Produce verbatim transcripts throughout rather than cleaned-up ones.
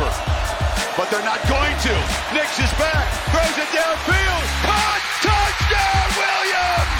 over. But they're not going to. Nix is back, throws it downfield, caught, touchdown Williams!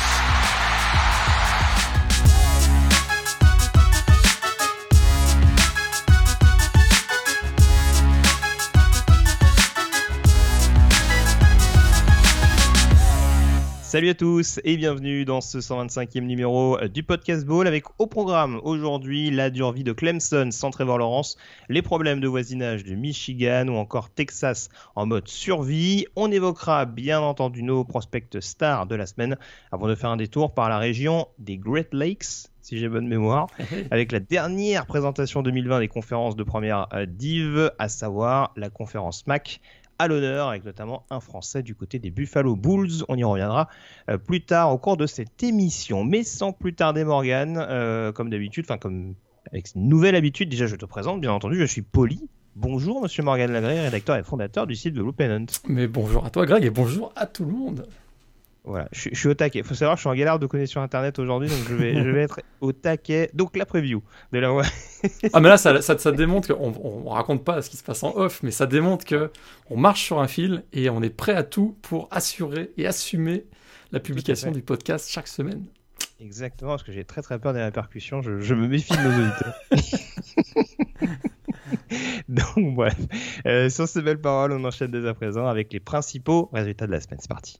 Salut à tous et bienvenue dans ce cent vingt-cinquième numéro du Podcast Ball avec au programme aujourd'hui la dure vie de Clemson sans Trevor Lawrence, les problèmes de voisinage de Michigan ou encore Texas en mode survie. On évoquera bien entendu nos prospects stars de la semaine avant de faire un détour par la région des Great Lakes, si j'ai bonne mémoire, avec la dernière présentation deux mille vingt des conférences de première div, à savoir la conférence M A C. À l'honneur, avec notamment un Français du côté des Buffalo Bulls. On y reviendra euh, plus tard au cours de cette émission. Mais sans plus tarder, Morgan, euh, comme d'habitude, enfin comme avec une nouvelle habitude, déjà je te présente, bien entendu, je suis poli. Bonjour, monsieur Morgan Lagré, rédacteur et fondateur du site The Blue Pennant. Mais bonjour à toi, Greg, et bonjour à tout le monde. Voilà, je, je suis au taquet. Il faut savoir, je suis en galère de connexion internet aujourd'hui, donc je vais, je vais être au taquet. Donc la preview de la Ah mais là, ça, ça, ça démontre qu'on on raconte pas ce qui se passe en off, mais ça démontre que on marche sur un fil et on est prêt à tout pour assurer et assumer la publication du podcast chaque semaine. Exactement, parce que j'ai très très peur des répercussions. Je, je me méfie de nos auditeurs. Donc bref, euh, sur ces belles paroles, on enchaîne dès à présent avec les principaux résultats de la semaine. C'est parti.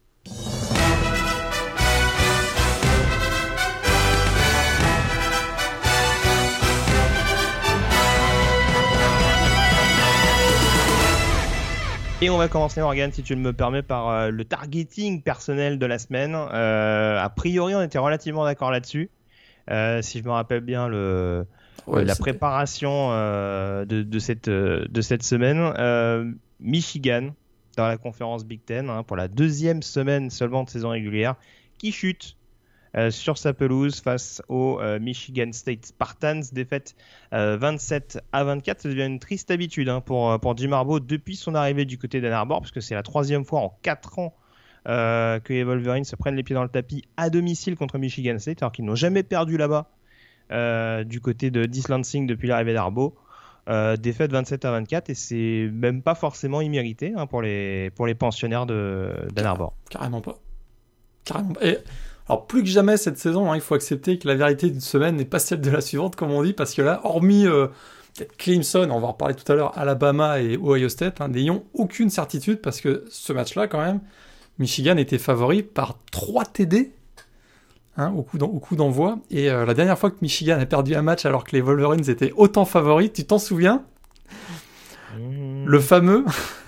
Et on va commencer, Morgan, si tu me permets, par euh, le targeting personnel de la semaine. Euh, a priori, on était relativement d'accord là-dessus. Euh, si je me rappelle bien le, ouais, la c'était... préparation euh, de, de, cette, de cette semaine. Euh, Michigan, dans la conférence Big Ten, hein, pour la deuxième semaine seulement de saison régulière, qui chute Euh, sur sa pelouse face au euh, Michigan State Spartans, défaite euh, vingt-sept à vingt-quatre. Ça devient une triste habitude hein, pour, pour Jim Harbaugh depuis son arrivée du côté d'Ann Arbor, parce que c'est la troisième fois en quatre ans euh, que les Wolverines se prennent les pieds dans le tapis à domicile contre Michigan State, alors qu'ils n'ont jamais perdu là-bas euh, du côté de d'East Lansing depuis l'arrivée d'Harbaugh. Euh, défaite vingt-sept à vingt-quatre, et c'est même pas forcément immérité hein, pour, les, pour les pensionnaires de, d'Ann Arbor. Carrément pas. Carrément pas. Et... Alors, plus que jamais cette saison, hein, il faut accepter que la vérité d'une semaine n'est pas celle de la suivante, comme on dit, parce que là, hormis euh, peut-être Clemson, on va en reparler tout à l'heure, Alabama et Ohio State, hein, n'ayons aucune certitude, parce que ce match-là, quand même, Michigan était favori par trois T D hein, au, coup au coup d'envoi. Et euh, la dernière fois que Michigan a perdu un match alors que les Wolverines étaient autant favoris, tu t'en souviens mmh. Le fameux...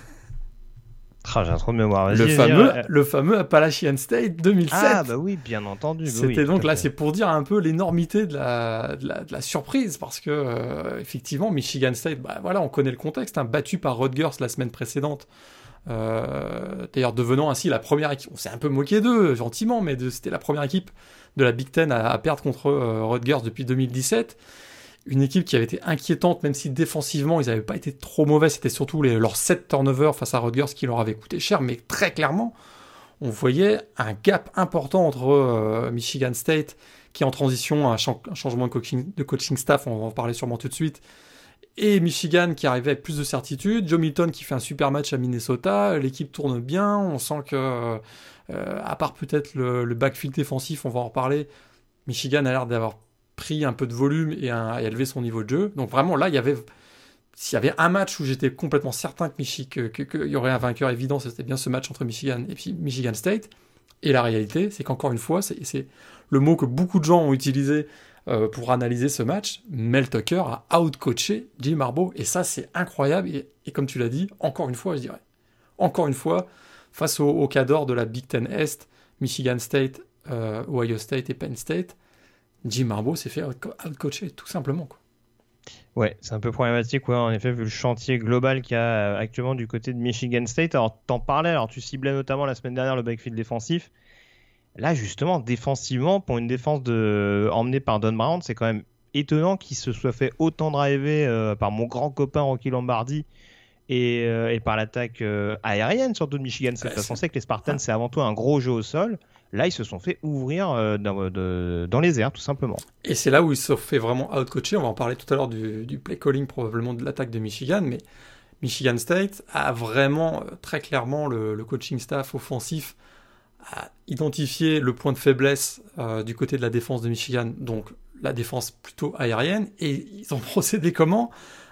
Ah, j'ai un trou de mémoire. Le fameux, dire... le fameux Appalachian State deux mille sept. Ah bah oui, bien entendu. C'était oui, donc là, c'est pour dire un peu l'énormité de la, de la, de la surprise, parce que euh, effectivement, Michigan State, bah voilà, on connaît le contexte, hein, battu par Rutgers la semaine précédente. Euh, d'ailleurs, devenant ainsi la première équipe. On s'est un peu moqué d'eux, gentiment, mais de, c'était la première équipe de la Big Ten à, à perdre contre euh, Rutgers depuis deux mille dix-sept. Une équipe qui avait été inquiétante, même si défensivement, ils n'avaient pas été trop mauvais. C'était surtout les, leurs sept turnovers face à Rutgers qui leur avaient coûté cher. Mais très clairement, on voyait un gap important entre euh, Michigan State, qui est en transition, un, ch- un changement de coaching, de coaching staff, on va en parler sûrement tout de suite, et Michigan qui arrivait avec plus de certitude. Joe Milton qui fait un super match à Minnesota. L'équipe tourne bien. On sent que, euh, à part peut-être le, le backfield défensif, on va en reparler, Michigan a l'air d'avoir pris un peu de volume et, un, et élevé son niveau de jeu. Donc vraiment, là, il y avait... S'il y avait un match où j'étais complètement certain que Michi, que, que, que, qu'il y aurait un vainqueur évident, c'était bien ce match entre Michigan et puis Michigan State. Et la réalité, c'est qu'encore une fois, c'est, c'est le mot que beaucoup de gens ont utilisé euh, pour analyser ce match. Mel Tucker a out-coaché Jim Harbaugh. Et ça, c'est incroyable. Et, et comme tu l'as dit, encore une fois, je dirais, encore une fois, face au, au cadre de la Big Ten Est, Michigan State, euh, Ohio State et Penn State, Jim Harbaugh s'est fait out-coacher, tout simplement, quoi. Ouais, c'est un peu problématique, ouais, en effet, vu le chantier global qu'il y a actuellement du côté de Michigan State. Alors, t'en parlais, alors tu ciblais notamment la semaine dernière le backfield défensif. Là, justement, défensivement, pour une défense de... emmenée par Don Brown, c'est quand même étonnant qu'il se soit fait autant driver euh, par mon grand copain Rocky Lombardi et, euh, et par l'attaque euh, aérienne, surtout de Michigan State. Parce qu'on sait que les Spartans, c'est avant tout un gros jeu au sol. Là, ils se sont fait ouvrir euh, dans, de, dans les airs, tout simplement. Et c'est là où ils se sont fait vraiment out-coacher. On va en parler tout à l'heure du, du play calling, probablement de l'attaque de Michigan. Mais Michigan State a vraiment, très clairement, le, le coaching staff offensif a identifié le point de faiblesse euh, du côté de la défense de Michigan, donc la défense plutôt aérienne, et ils ont procédé comment ?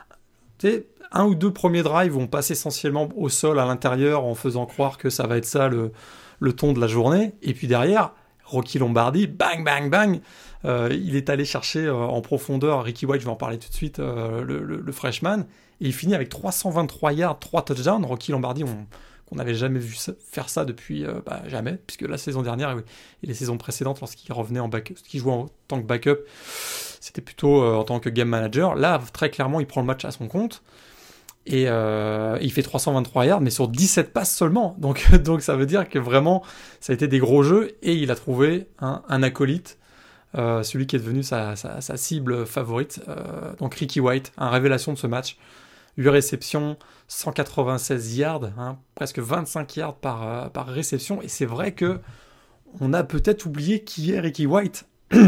Tu sais, un ou deux premiers drives, on passe essentiellement au sol à l'intérieur en faisant croire que ça va être ça le, le ton de la journée, et puis derrière, Rocky Lombardi, bang, bang, bang, euh, il est allé chercher euh, en profondeur Ricky White, je vais en parler tout de suite, euh, le, le, le freshman, et il finit avec trois cent vingt-trois yards, trois touchdowns. Rocky Lombardi, on qu'on n'avait jamais vu ça, faire ça depuis euh, bah, jamais, puisque la saison dernière et les saisons précédentes, lorsqu'il revenait en backup, lorsqu'il jouait en tant que backup, c'était plutôt euh, en tant que game manager. Là, très clairement, il prend le match à son compte, et euh, il fait trois cent vingt-trois yards, mais sur dix-sept passes seulement. Donc, donc ça veut dire que vraiment, ça a été des gros jeux, et il a trouvé un, un acolyte, euh, celui qui est devenu sa, sa, sa cible favorite, euh, donc Ricky White, un révélation de ce match. huit réceptions, cent quatre-vingt-seize yards, hein, presque vingt-cinq yards par, euh, par réception. Et c'est vrai que on a peut-être oublié qui est Ricky White.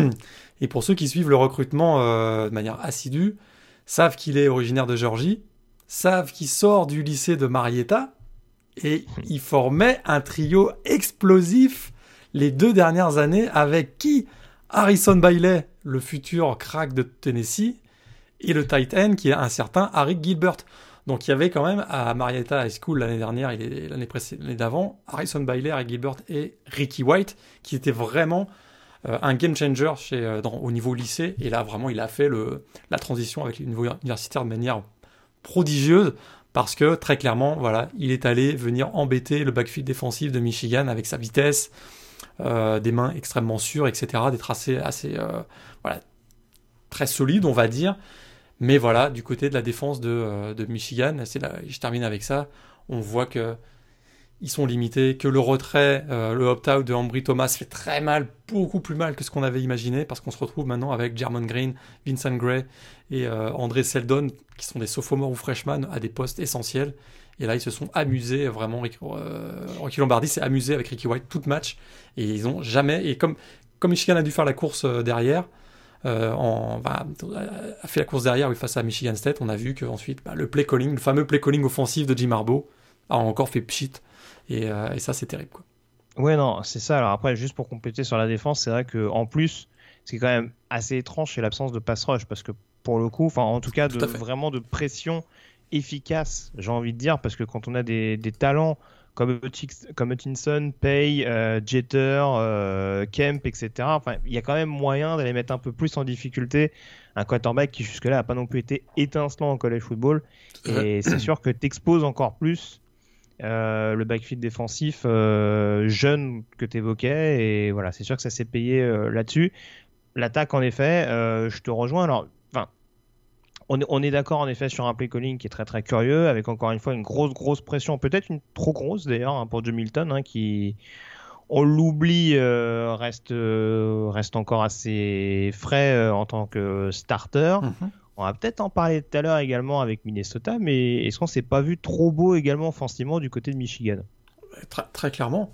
Et pour ceux qui suivent le recrutement euh, de manière assidue, savent qu'il est originaire de Géorgie, savent qu'il sort du lycée de Marietta, et il formait un trio explosif les deux dernières années avec qui ? Harrison Bailey, le futur crack de Tennessee, et le tight end qui est un certain Arik Gilbert. Donc il y avait quand même à Marietta High School l'année dernière et l'année, précédente, l'année d'avant, Harrison Bailey, Arik Gilbert et Ricky White, qui étaient vraiment euh, un game changer chez, euh, dans, au niveau lycée. Et là, vraiment, il a fait le, la transition avec le niveau universitaire de manière prodigieuse, parce que très clairement, voilà, il est allé venir embêter le backfield défensif de Michigan avec sa vitesse, euh, des mains extrêmement sûres, et cetera, des tracés assez euh, voilà, très solides, on va dire. Mais voilà, du côté de la défense de, euh, de Michigan, c'est là, je termine avec ça, on voit que ils sont limités, que le retrait, euh, le opt-out de Ambry Thomas fait très mal, beaucoup plus mal que ce qu'on avait imaginé, parce qu'on se retrouve maintenant avec Jermon Green, Vincent Gray et euh, André Seldon, qui sont des sophomores ou freshmen à des postes essentiels. Et là, ils se sont amusés, vraiment, euh, Rocky Lombardi s'est amusé avec Ricky White tout match, et ils ont jamais, et comme, comme Michigan a dû faire la course euh, derrière, Euh, en, bah, a fait la course derrière oui, face à Michigan State, on a vu qu'ensuite bah, le play calling, le fameux play calling offensif de Jim Harbaugh a encore fait pchit, et, euh, et ça c'est terrible quoi. Ouais, non, c'est ça. Alors après, juste pour compléter sur la défense, c'est vrai qu'en plus, c'est quand même assez étrange, c'est l'absence de pass rush, parce que pour le coup, enfin en tout cas, de, tout vraiment de pression efficace, j'ai envie de dire, parce que quand on a des, des talents comme, comme Hutchinson, Pay, euh, Jeter, euh, Kemp, et cetera. Enfin, il y a quand même moyen d'aller mettre un peu plus en difficulté un quarterback qui jusque-là n'a pas non plus été étincelant en college football. Et c'est sûr que t'exposes encore plus euh, le backfield défensif euh, jeune que t'évoquais. Et voilà, c'est sûr que ça s'est payé euh, là-dessus. L'attaque, en effet, euh, je te rejoins. Alors, enfin, On est, on est d'accord en effet sur un play calling qui est très très curieux, avec encore une fois une grosse grosse pression, peut-être une trop grosse d'ailleurs hein, pour Joe Milton, hein, qui, on l'oublie, euh, reste, euh, reste encore assez frais euh, en tant que starter. Mm-hmm. On va peut-être en parler tout à l'heure également avec Minnesota, mais est-ce qu'on s'est pas vu trop beau également offensivement du côté de Michigan ? Très, très clairement.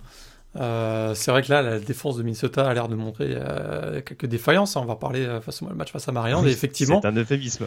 Euh, c'est vrai que là, la défense de Minnesota a l'air de montrer euh, quelques défaillances. On va parler euh, face au match face à Maryland. Oui, et effectivement, c'est un euphémisme.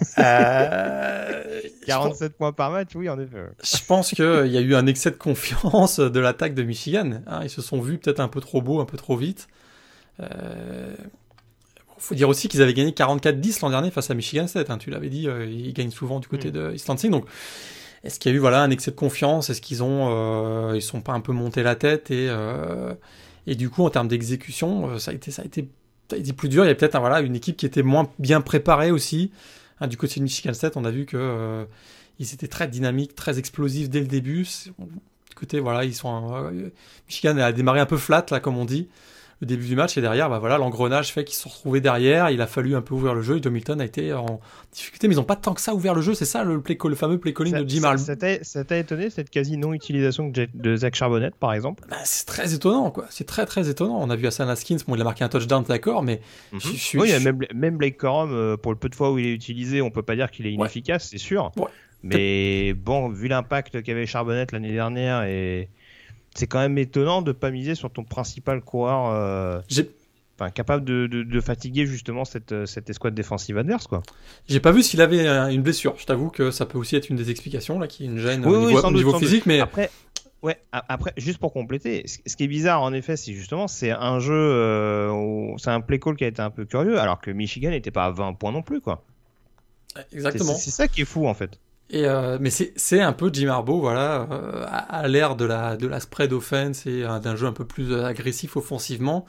euh, quarante-sept points par match, oui, en effet. Je pense qu'il y a eu un excès de confiance de l'attaque de Michigan. Hein, ils se sont vus peut-être un peu trop beaux, un peu trop vite. Il euh, faut dire aussi qu'ils avaient gagné quarante-quatre dix l'an dernier face à Michigan State. Hein, tu l'avais dit, euh, ils gagnent souvent du côté mmh. de East Lansing. Donc, est-ce qu'il y a eu voilà, un excès de confiance ? Est-ce qu'ils ont, euh, ils sont pas un peu montés la tête et, euh, et du coup, en termes d'exécution, ça a été, ça a été, ça a été plus dur. Il y a peut-être un, voilà, une équipe qui était moins bien préparée aussi. Hein, du côté de Michigan State, on a vu qu'ils euh, étaient très dynamiques, très explosifs dès le début. Du côté, voilà, ils sont, euh, Michigan a démarré un peu flat, là, comme on dit, le début du match, et derrière, bah voilà, l'engrenage fait qu'ils se sont retrouvés derrière. Il a fallu un peu ouvrir le jeu. Et Joe Milton a été en difficulté, mais ils n'ont pas tant que ça ouvert le jeu. C'est ça le, play call, le fameux play calling ça, de Jim Harbaugh. Ça t'a, ça t'a étonné cette quasi non-utilisation de Zach Charbonnet, par exemple ? Bah, c'est très étonnant, quoi. C'est très très étonnant. On a vu Hassan Haskins, bon, il a marqué un touchdown, d'accord, mais mm-hmm. je, je suis. Oui, je... même, même Blake Corum, pour le peu de fois où il est utilisé, on peut pas dire qu'il est inefficace, ouais. c'est sûr. Ouais. Mais bon, vu l'impact qu'avait Charbonnet l'année dernière, et c'est quand même étonnant de pas miser sur ton principal coureur. Euh... J'ai enfin, capable de, de, de fatiguer justement cette, cette escouade défensive adverse, quoi. J'ai pas vu s'il avait une blessure. Je t'avoue que ça peut aussi être une des explications là, qui une gêne oui, au oui, niveau, sans au doute, niveau sans physique, doute. mais après. Ouais, après, juste pour compléter, ce qui est bizarre en effet, c'est justement, c'est un jeu, euh, où, c'est un play call qui a été un peu curieux, alors que Michigan n'était pas à vingt points non plus, quoi. Exactement. C'est, c'est ça qui est fou en fait. Et euh, mais c'est, c'est un peu Jim Harbaugh, voilà, euh, à, à l'ère de la, de la spread offense et euh, d'un jeu un peu plus agressif offensivement.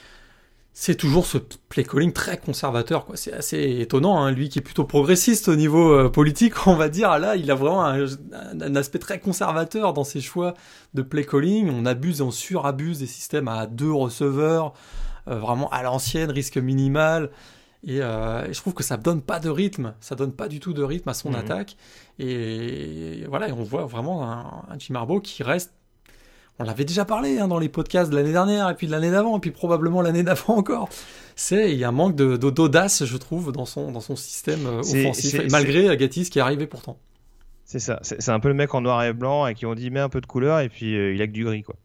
C'est toujours ce play calling très conservateur, quoi. C'est assez étonnant, hein. Lui qui est plutôt progressiste au niveau euh, politique, on va dire. Là, il a vraiment un, un, un aspect très conservateur dans ses choix de play calling. On abuse et on surabuse des systèmes à deux receveurs, euh, vraiment à l'ancienne, risque minimal. Et, euh, et je trouve que ça donne pas de rythme, ça donne pas du tout de rythme à son mmh. attaque. Et, et voilà, et on voit vraiment un, un Jim Harbaugh qui reste. On l'avait déjà parlé hein, dans les podcasts de l'année dernière, et puis de l'année d'avant, et puis probablement l'année d'avant encore. C'est, il y a un manque de, de, d'audace, je trouve, dans son, dans son système euh, offensif, c'est, c'est, malgré Gattis qui est arrivé pourtant. C'est ça, c'est, c'est un peu le mec en noir et blanc, et qui ont dit, mets un peu de couleur, et puis euh, il a que du gris, quoi.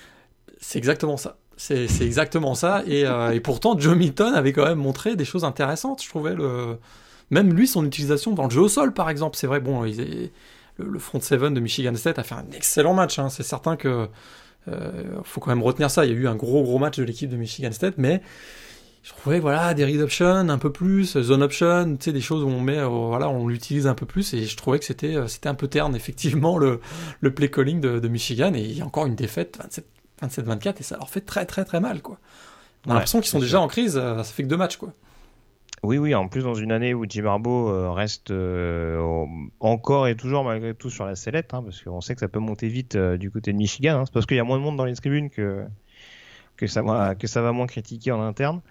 C'est exactement ça. C'est, c'est exactement ça. Et, euh, et pourtant, Joe Milton avait quand même montré des choses intéressantes, je trouvais. Le... Même lui, son utilisation dans le jeu au sol, par exemple, c'est vrai, bon, il est... le front seven de Michigan State a fait un excellent match. Hein. C'est certain que euh, faut quand même retenir ça. Il y a eu un gros gros match de l'équipe de Michigan State, mais je trouvais voilà des read options un peu plus, zone option, tu sais des choses où on met euh, voilà on l'utilise un peu plus et je trouvais que c'était c'était un peu terne effectivement le le play calling de, de Michigan et il y a encore une défaite vingt-sept vingt-quatre et ça leur fait très très très mal quoi. On a ouais, l'impression qu'ils sont déjà sûr. En crise. Ça fait que deux matchs quoi. Oui, oui, en plus dans une année où Jim Harbaugh euh, reste euh, encore et toujours malgré tout sur la sellette, hein, parce qu'on sait que ça peut monter vite euh, du côté de Michigan, hein, c'est parce qu'il y a moins de monde dans les tribunes que, que, ça, va, que ça va moins critiquer en interne.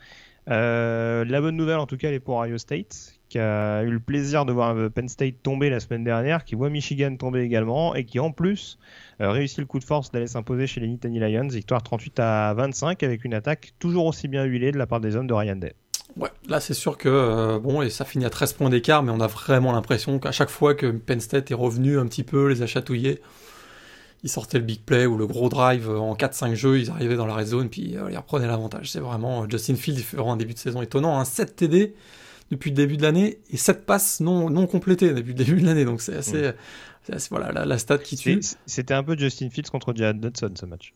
Euh, la bonne nouvelle en tout cas elle est pour Ohio State, qui a eu le plaisir de voir Penn State tomber la semaine dernière, qui voit Michigan tomber également, et qui en plus euh, réussit le coup de force d'aller s'imposer chez les Nittany Lions, victoire trente-huit à vingt-cinq avec une attaque toujours aussi bien huilée de la part des hommes de Ryan Day. Ouais, là c'est sûr que euh, bon et ça finit à treize points d'écart, mais on a vraiment l'impression qu'à chaque fois que Penn State est revenu un petit peu, les a chatouillés, ils sortaient le big play ou le gros drive en quatre cinq jeux, ils arrivaient dans la red zone puis euh, ils reprenaient l'avantage. C'est vraiment Justin Fields, il fait vraiment un début de saison étonnant, hein, sept T D depuis le début de l'année et sept passes non non complétées depuis le début de l'année, donc c'est assez, mmh. c'est assez voilà la, la stat qui tue. C'est, c'était un peu Justin Fields contre Jalen Dodson ce match.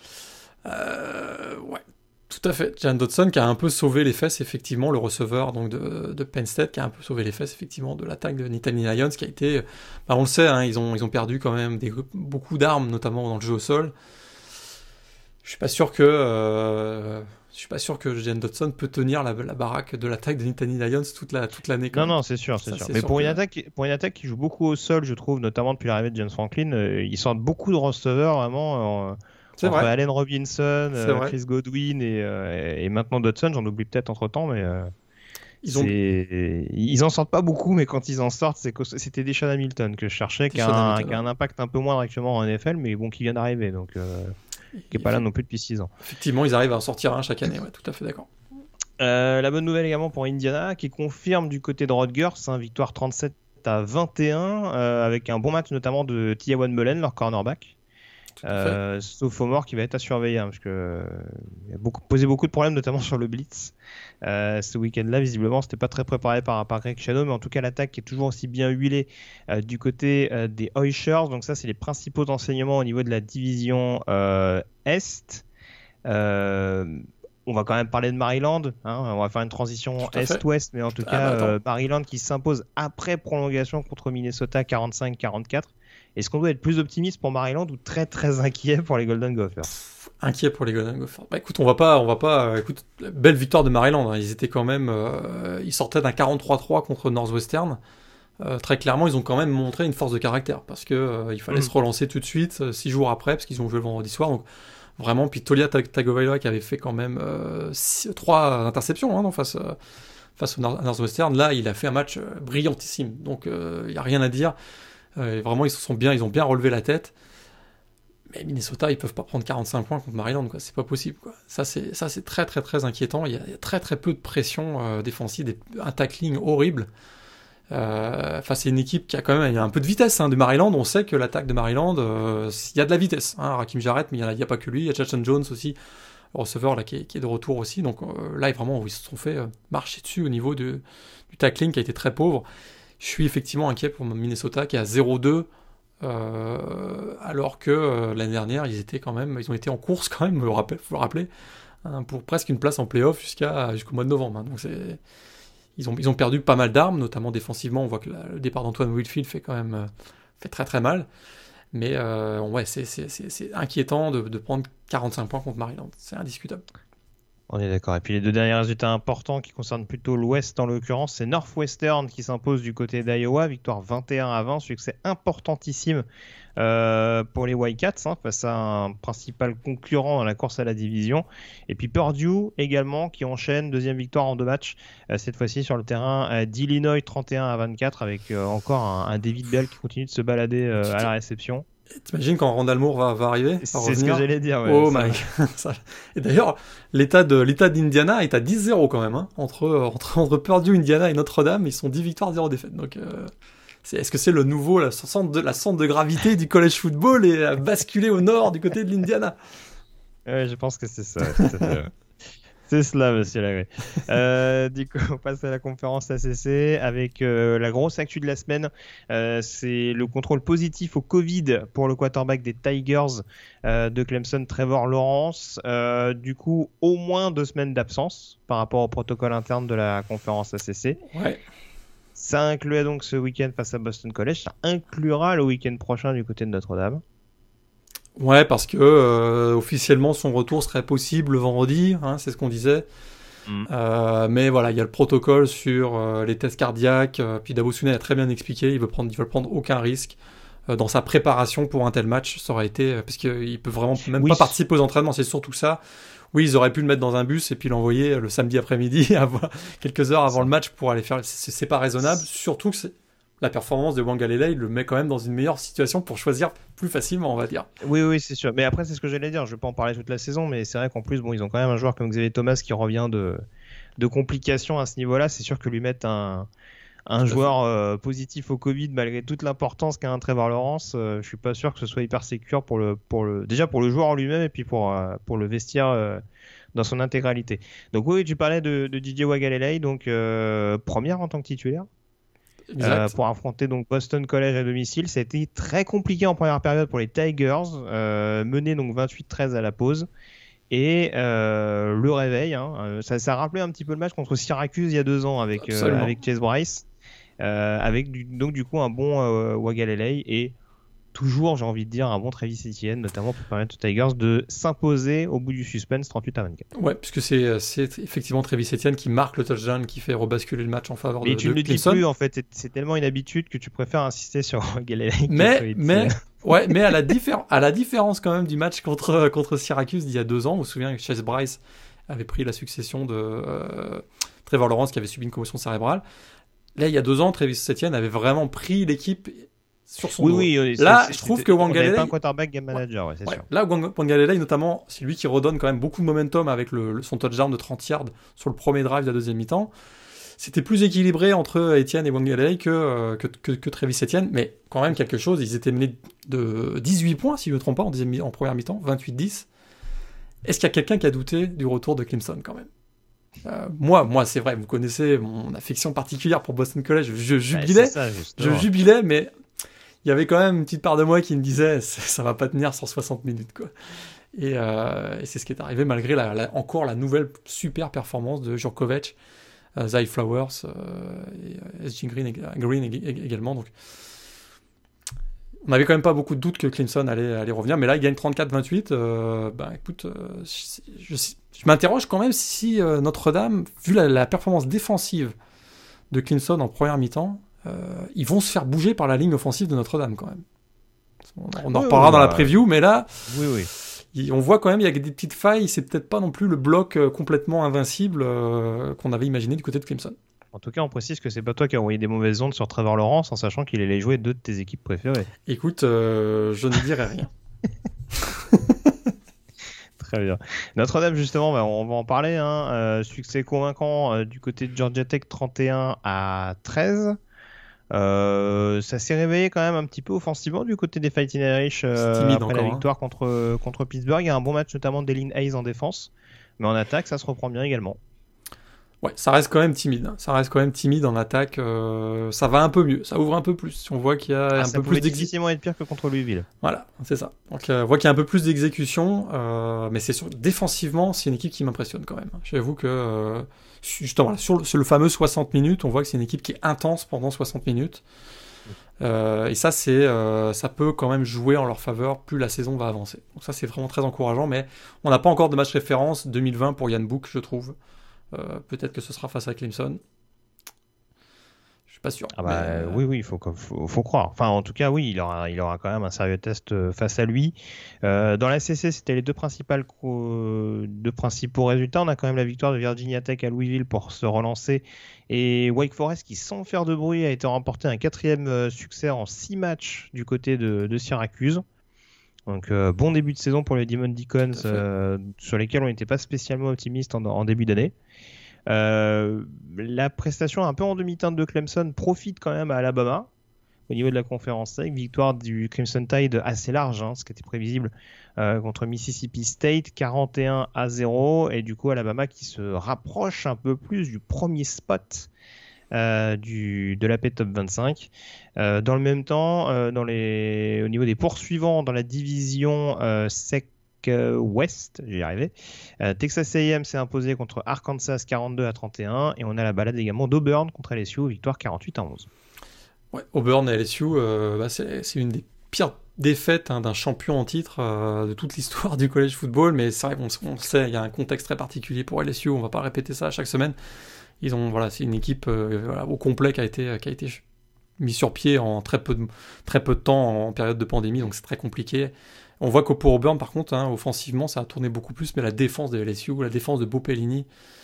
Euh, ouais. Tout à fait. Jalen Dodson qui a un peu sauvé les fesses, effectivement, le receveur donc de, de Penn State, qui a un peu sauvé les fesses, effectivement, de l'attaque de Nittany Lions, qui a été... Bah, on le sait, hein, ils, ont, ils ont perdu quand même des, beaucoup d'armes, notamment dans le jeu au sol. Je suis pas sûr que... Euh, je suis pas sûr que Jalen Dodson peut tenir la, la baraque de l'attaque de Nittany Lions toute, la, toute l'année. Non, même. non, c'est sûr, c'est Ça, sûr. C'est Mais sûr pour, que... une attaque, pour une attaque qui joue beaucoup au sol, je trouve, notamment depuis l'arrivée de James Franklin, euh, ils sortent beaucoup de receveurs, vraiment... Euh, C'est entre vrai. Allen Robinson, euh, Chris Godwin et, euh, et maintenant Dodson, j'en oublie peut-être entre temps, mais euh, ils, ont... ils en sortent pas beaucoup, mais quand ils en sortent, c'est que c'était Deshaun Hamilton que je cherchais, qui a, un, qui a un impact un peu moindre actuellement en N F L, mais bon, qui vient d'arriver, donc euh, qui est pas là non plus depuis six ans. Effectivement, ils arrivent à en sortir un chaque année, ouais, tout à fait d'accord. Euh, la bonne nouvelle également pour Indiana, qui confirme du côté de Rutgers, hein, victoire trente-sept à vingt et un, euh, avec un bon match notamment de Tiawan Mullen, leur cornerback. Euh, sophomore qui va être à surveiller hein, parce que euh, il a beaucoup, posé beaucoup de problèmes notamment sur le blitz euh, ce week-end-là. Visiblement c'était pas très préparé par, par Greg Schiano, mais en tout cas l'attaque est toujours aussi bien huilée euh, du côté euh, des Oilers. Donc ça c'est les principaux enseignements au niveau de la division euh, Est. euh, On va quand même parler de Maryland, hein. On va faire une transition Est-Ouest, mais en tout ah, cas bah, euh, Maryland qui s'impose après prolongation contre Minnesota quarante-cinq quarante-quatre. Est-ce qu'on doit être plus optimiste pour Maryland ou très très inquiet pour les Golden Gophers ? Inquiet pour les Golden Gophers. Bah écoute, on va pas, on va pas. Écoute, belle victoire de Maryland. Hein. Ils étaient quand même, euh, ils sortaient d'un quarante-trois trois contre Northwestern. Euh, très clairement, ils ont quand même montré une force de caractère parce que euh, il fallait mmh. se relancer tout de suite, euh, six jours après, parce qu'ils ont joué le vendredi soir. Donc vraiment, puis Tolia Tagovailoa qui avait fait quand même euh, six, trois interceptions hein, non, face euh, face au Northwestern. Là, il a fait un match euh, brillantissime. Donc il euh, y a rien à dire. Euh, vraiment, ils se sont bien, ils ont bien relevé la tête. Mais Minnesota, ils peuvent pas prendre quarante-cinq points contre Maryland, quoi. C'est pas possible, quoi. Ça, c'est, ça, c'est très, très, très inquiétant. Il y a, il y a très, très peu de pression euh, défensive, des, un tackling horrible. Euh, enfin, c'est une équipe qui a quand même il y a un peu de vitesse hein, de Maryland. On sait que l'attaque de Maryland, euh, il y a de la vitesse. Hein, Rakim Jarrett, mais il n'y a, a pas que lui. Il y a Jackson Jones aussi receveur là, qui, est, qui est de retour aussi. Donc euh, là, vraiment, ils se sont fait euh, marcher dessus au niveau de, du tackling qui a été très pauvre. Je suis effectivement inquiet pour Minnesota qui est à zéro deux, euh, alors que euh, l'année dernière, ils étaient quand même, ils ont été en course quand même, il faut le rappeler, hein, pour presque une place en play-off jusqu'à, jusqu'au mois de novembre. Hein. Donc c'est, ils, ont, ils ont perdu pas mal d'armes, notamment défensivement. On voit que la, le départ d'Antoine Winfield fait quand même euh, fait très très mal. Mais euh, ouais, c'est, c'est, c'est, c'est inquiétant de, de prendre quarante-cinq points contre Maryland. C'est indiscutable. On est d'accord. Et puis les deux derniers résultats importants qui concernent plutôt l'Ouest en l'occurrence, c'est Northwestern qui s'impose du côté d'Iowa, victoire vingt et un à vingt, succès importantissime euh, pour les Wildcats hein, face à un principal concurrent dans la course à la division. Et puis Purdue également qui enchaîne, deuxième victoire en deux matchs, euh, cette fois-ci sur le terrain euh, d'Illinois trente et un à vingt-quatre avec euh, encore un, un David Bell qui continue de se balader euh, à la réception. T'imagines quand Randall Moore va, va arriver? C'est revenir. Ce que j'allais dire. Ouais, oh my God. Et d'ailleurs, l'état, de, l'état d'Indiana est à dix zéro quand même. Hein. Entre, entre, entre Purdue, Indiana et Notre-Dame, ils sont dix victoires, zéro défaite. Donc, euh, c'est, est-ce que c'est le nouveau, la centre de, la centre de gravité du college football et à basculer au nord du côté de l'Indiana? Ouais, je pense que c'est ça. Tout à fait. C'est cela, monsieur Lagré. Euh, du coup, on passe à la conférence A C C avec euh, la grosse actu de la semaine. Euh, c'est le contrôle positif au Covid pour le quarterback des Tigers euh, de Clemson, Trevor Lawrence. Euh, du coup, au moins deux semaines d'absence par rapport au protocole interne de la conférence A C C. Ouais. Ça incluait donc ce week-end face à Boston College. Ça inclura le week-end prochain du côté de Notre-Dame. Ouais, parce que euh, officiellement son retour serait possible le vendredi, hein, c'est ce qu'on disait. Mm. Euh, mais voilà, il y a le protocole sur euh, les tests cardiaques. Euh, puis Dabo Swinney a très bien expliqué, il veut prendre, il veut prendre aucun risque euh, dans sa préparation pour un tel match. Ça aurait été euh, parce qu'il peut vraiment même oui. pas participer aux entraînements, c'est surtout ça. Oui, ils auraient pu le mettre dans un bus et puis l'envoyer le samedi après-midi, quelques heures avant le match pour aller faire. C'est, c'est pas raisonnable, surtout que c'est... la performance de Wangalele, il le met quand même dans une meilleure situation pour choisir plus facilement, on va dire. Oui, oui, c'est sûr. Mais après, c'est ce que j'allais dire. Je ne vais pas en parler toute la saison, mais c'est vrai qu'en plus, bon, ils ont quand même un joueur comme Xavier Thomas qui revient de, de complications à ce niveau-là. C'est sûr que lui mettre un, un joueur euh, positif au Covid, malgré toute l'importance qu'a un Trevor Lawrence, euh, je ne suis pas sûr que ce soit hyper sécure pour le, pour le, déjà pour le joueur en lui-même et puis pour, euh, pour le vestiaire euh, dans son intégralité. Donc oui, tu parlais de, de Didier Wangalele, donc euh, première en tant que titulaire. Euh, pour affronter donc Boston College à domicile. Ça a été très compliqué en première période pour les Tigers, euh, menés donc vingt-huit treize à la pause. Et euh, le réveil, hein, ça, ça a rappelé un petit peu le match contre Syracuse il y a deux ans avec, euh, avec Chase Bryce, euh, avec du, donc du coup un bon euh, Wangalele et toujours, j'ai envie de dire, un bon Travis Etienne, notamment pour permettre aux Tigers de s'imposer au bout du suspense trente-huit à vingt-quatre. Ouais, puisque c'est, c'est effectivement Travis Etienne qui marque le touchdown, qui fait rebasculer le match en faveur mais de Clemson. Mais tu ne le dis plus, en fait, c'est, c'est tellement une habitude que tu préfères insister sur Wangalele. Mais, mais, ouais, mais à la, diffé- à la différence quand même du match contre, contre Syracuse d'il y a deux ans, vous vous souvenez que Chase Bryce avait pris la succession de euh, Trevor Lawrence qui avait subi une commotion cérébrale. Là, il y a deux ans, Travis Etienne avait vraiment pris l'équipe sur son oui, dos. Oui, là, c'est, je trouve que Wangalele... pas un quarterback game manager, ouais, c'est ouais, sûr. Là, Wangalele, notamment, c'est lui qui redonne quand même beaucoup de momentum avec le, le, son touchdown de trente yards sur le premier drive de la deuxième mi-temps. C'était plus équilibré entre Etienne et Wangalele que, que, que, que Travis Etienne, mais quand même quelque chose. Ils étaient menés de dix-huit points, si je ne me trompe pas, en, deuxième, en première mi-temps, vingt-huit dix. Est-ce qu'il y a quelqu'un qui a douté du retour de Clemson quand même? Euh, moi, moi, c'est vrai, vous connaissez mon affection particulière pour Boston College. Je jubilais, ouais, ça, je jubilais, mais il y avait quand même une petite part de moi qui me disait ça va pas tenir cent soixante minutes, quoi. Et, euh, et c'est ce qui est arrivé malgré la, la, encore la nouvelle super performance de Jurkovec, euh, Zay Flowers euh, et S J Green, Green également. Donc, on n'avait quand même pas beaucoup de doutes que Clemson allait, allait revenir, mais là il gagne trente-quatre vingt-huit. Euh, bah écoute, euh, je, je, je m'interroge quand même si euh, Notre-Dame, vu la, la performance défensive de Clemson en première mi-temps, euh, ils vont se faire bouger par la ligne offensive de Notre-Dame quand même. On, on en oui, reparlera oui, dans bah, la preview, mais là, oui, oui. Il, on voit quand même il y a des petites failles. C'est peut-être pas non plus le bloc euh, complètement invincible euh, qu'on avait imaginé du côté de Clemson. En tout cas, on précise que c'est pas toi qui as envoyé des mauvaises ondes sur Trevor Lawrence en sachant qu'il allait jouer deux de tes équipes préférées. Écoute, euh, je ne dirai rien. Très bien. Notre-Dame, justement, bah, on va en parler. Hein. Euh, succès convaincant euh, du côté de Georgia Tech, trente et un à treize. Euh, ça s'est réveillé quand même un petit peu offensivement du côté des Fighting Irish euh, après encore, la victoire hein. contre, contre Pittsburgh. Il y a un bon match notamment d'Elin Hayes en défense, mais en attaque ça se reprend bien également. Ouais, ça reste quand même timide. Hein. Ça reste quand même timide en attaque. Euh, ça va un peu mieux, ça ouvre un peu plus. On voit qu'il y a ah, un ça peu plus d'exécution. difficilement être pire que contre Louisville. Voilà, c'est ça. Donc euh, on voit qu'il y a un peu plus d'exécution, euh, mais c'est sûr, défensivement, c'est une équipe qui m'impressionne quand même. J'avoue que euh, justement sur le, sur le fameux soixante minutes, on voit que c'est une équipe qui est intense pendant soixante minutes. Euh, et ça, c'est, euh, ça peut quand même jouer en leur faveur plus la saison va avancer. Donc ça, c'est vraiment très encourageant, mais on n'a pas encore de match référence deux mille vingt pour Ian Book, je trouve. Euh, peut-être que ce sera face à Clemson. Je suis pas sûr. Ah bah, mais... Oui, oui, il faut, faut, faut croire. Enfin, en tout cas, oui, il aura, il aura quand même un sérieux test face à lui. Euh, dans la C C, c'était les deux, principales, deux principaux résultats. On a quand même la victoire de Virginia Tech à Louisville pour se relancer. Et Wake Forest, qui sans faire de bruit, a été remporté un quatrième succès en six matchs du côté de, de Syracuse. Donc, euh, bon début de saison pour les Demon Deacons, euh, sur lesquels on n'était pas spécialement optimiste en, en début d'année. Euh, la prestation un peu en demi-teinte de Clemson profite quand même à Alabama au niveau de la conférence avec victoire du Crimson Tide assez large, hein, ce qui était prévisible, euh, contre Mississippi State quarante et un à zéro, et du coup Alabama qui se rapproche un peu plus du premier spot euh, du, de l'A P Top vingt-cinq. Euh, dans le même temps, euh, dans les, au niveau des poursuivants dans la division euh, S E C West, j'y arrivé. Euh, Texas A et M s'est imposé contre Arkansas quarante-deux à trente et un, et on a la balade également d'Auburn contre L S U, victoire quarante-huit à onze. Ouais, Auburn et L S U, euh, bah c'est, c'est une des pires défaites hein, d'un champion en titre euh, de toute l'histoire du college football, mais c'est vrai qu'on on sait, il y a un contexte très particulier pour L S U, on va pas répéter ça chaque semaine. Ils ont, voilà, c'est une équipe euh, voilà, au complet qui a été, qui a été mise sur pied en très peu de, très peu de temps en période de pandémie, donc c'est très compliqué. On voit qu'au pour Auburn, par contre, hein, offensivement, ça a tourné beaucoup plus, mais la défense de L S U, la défense de Bo Pelini,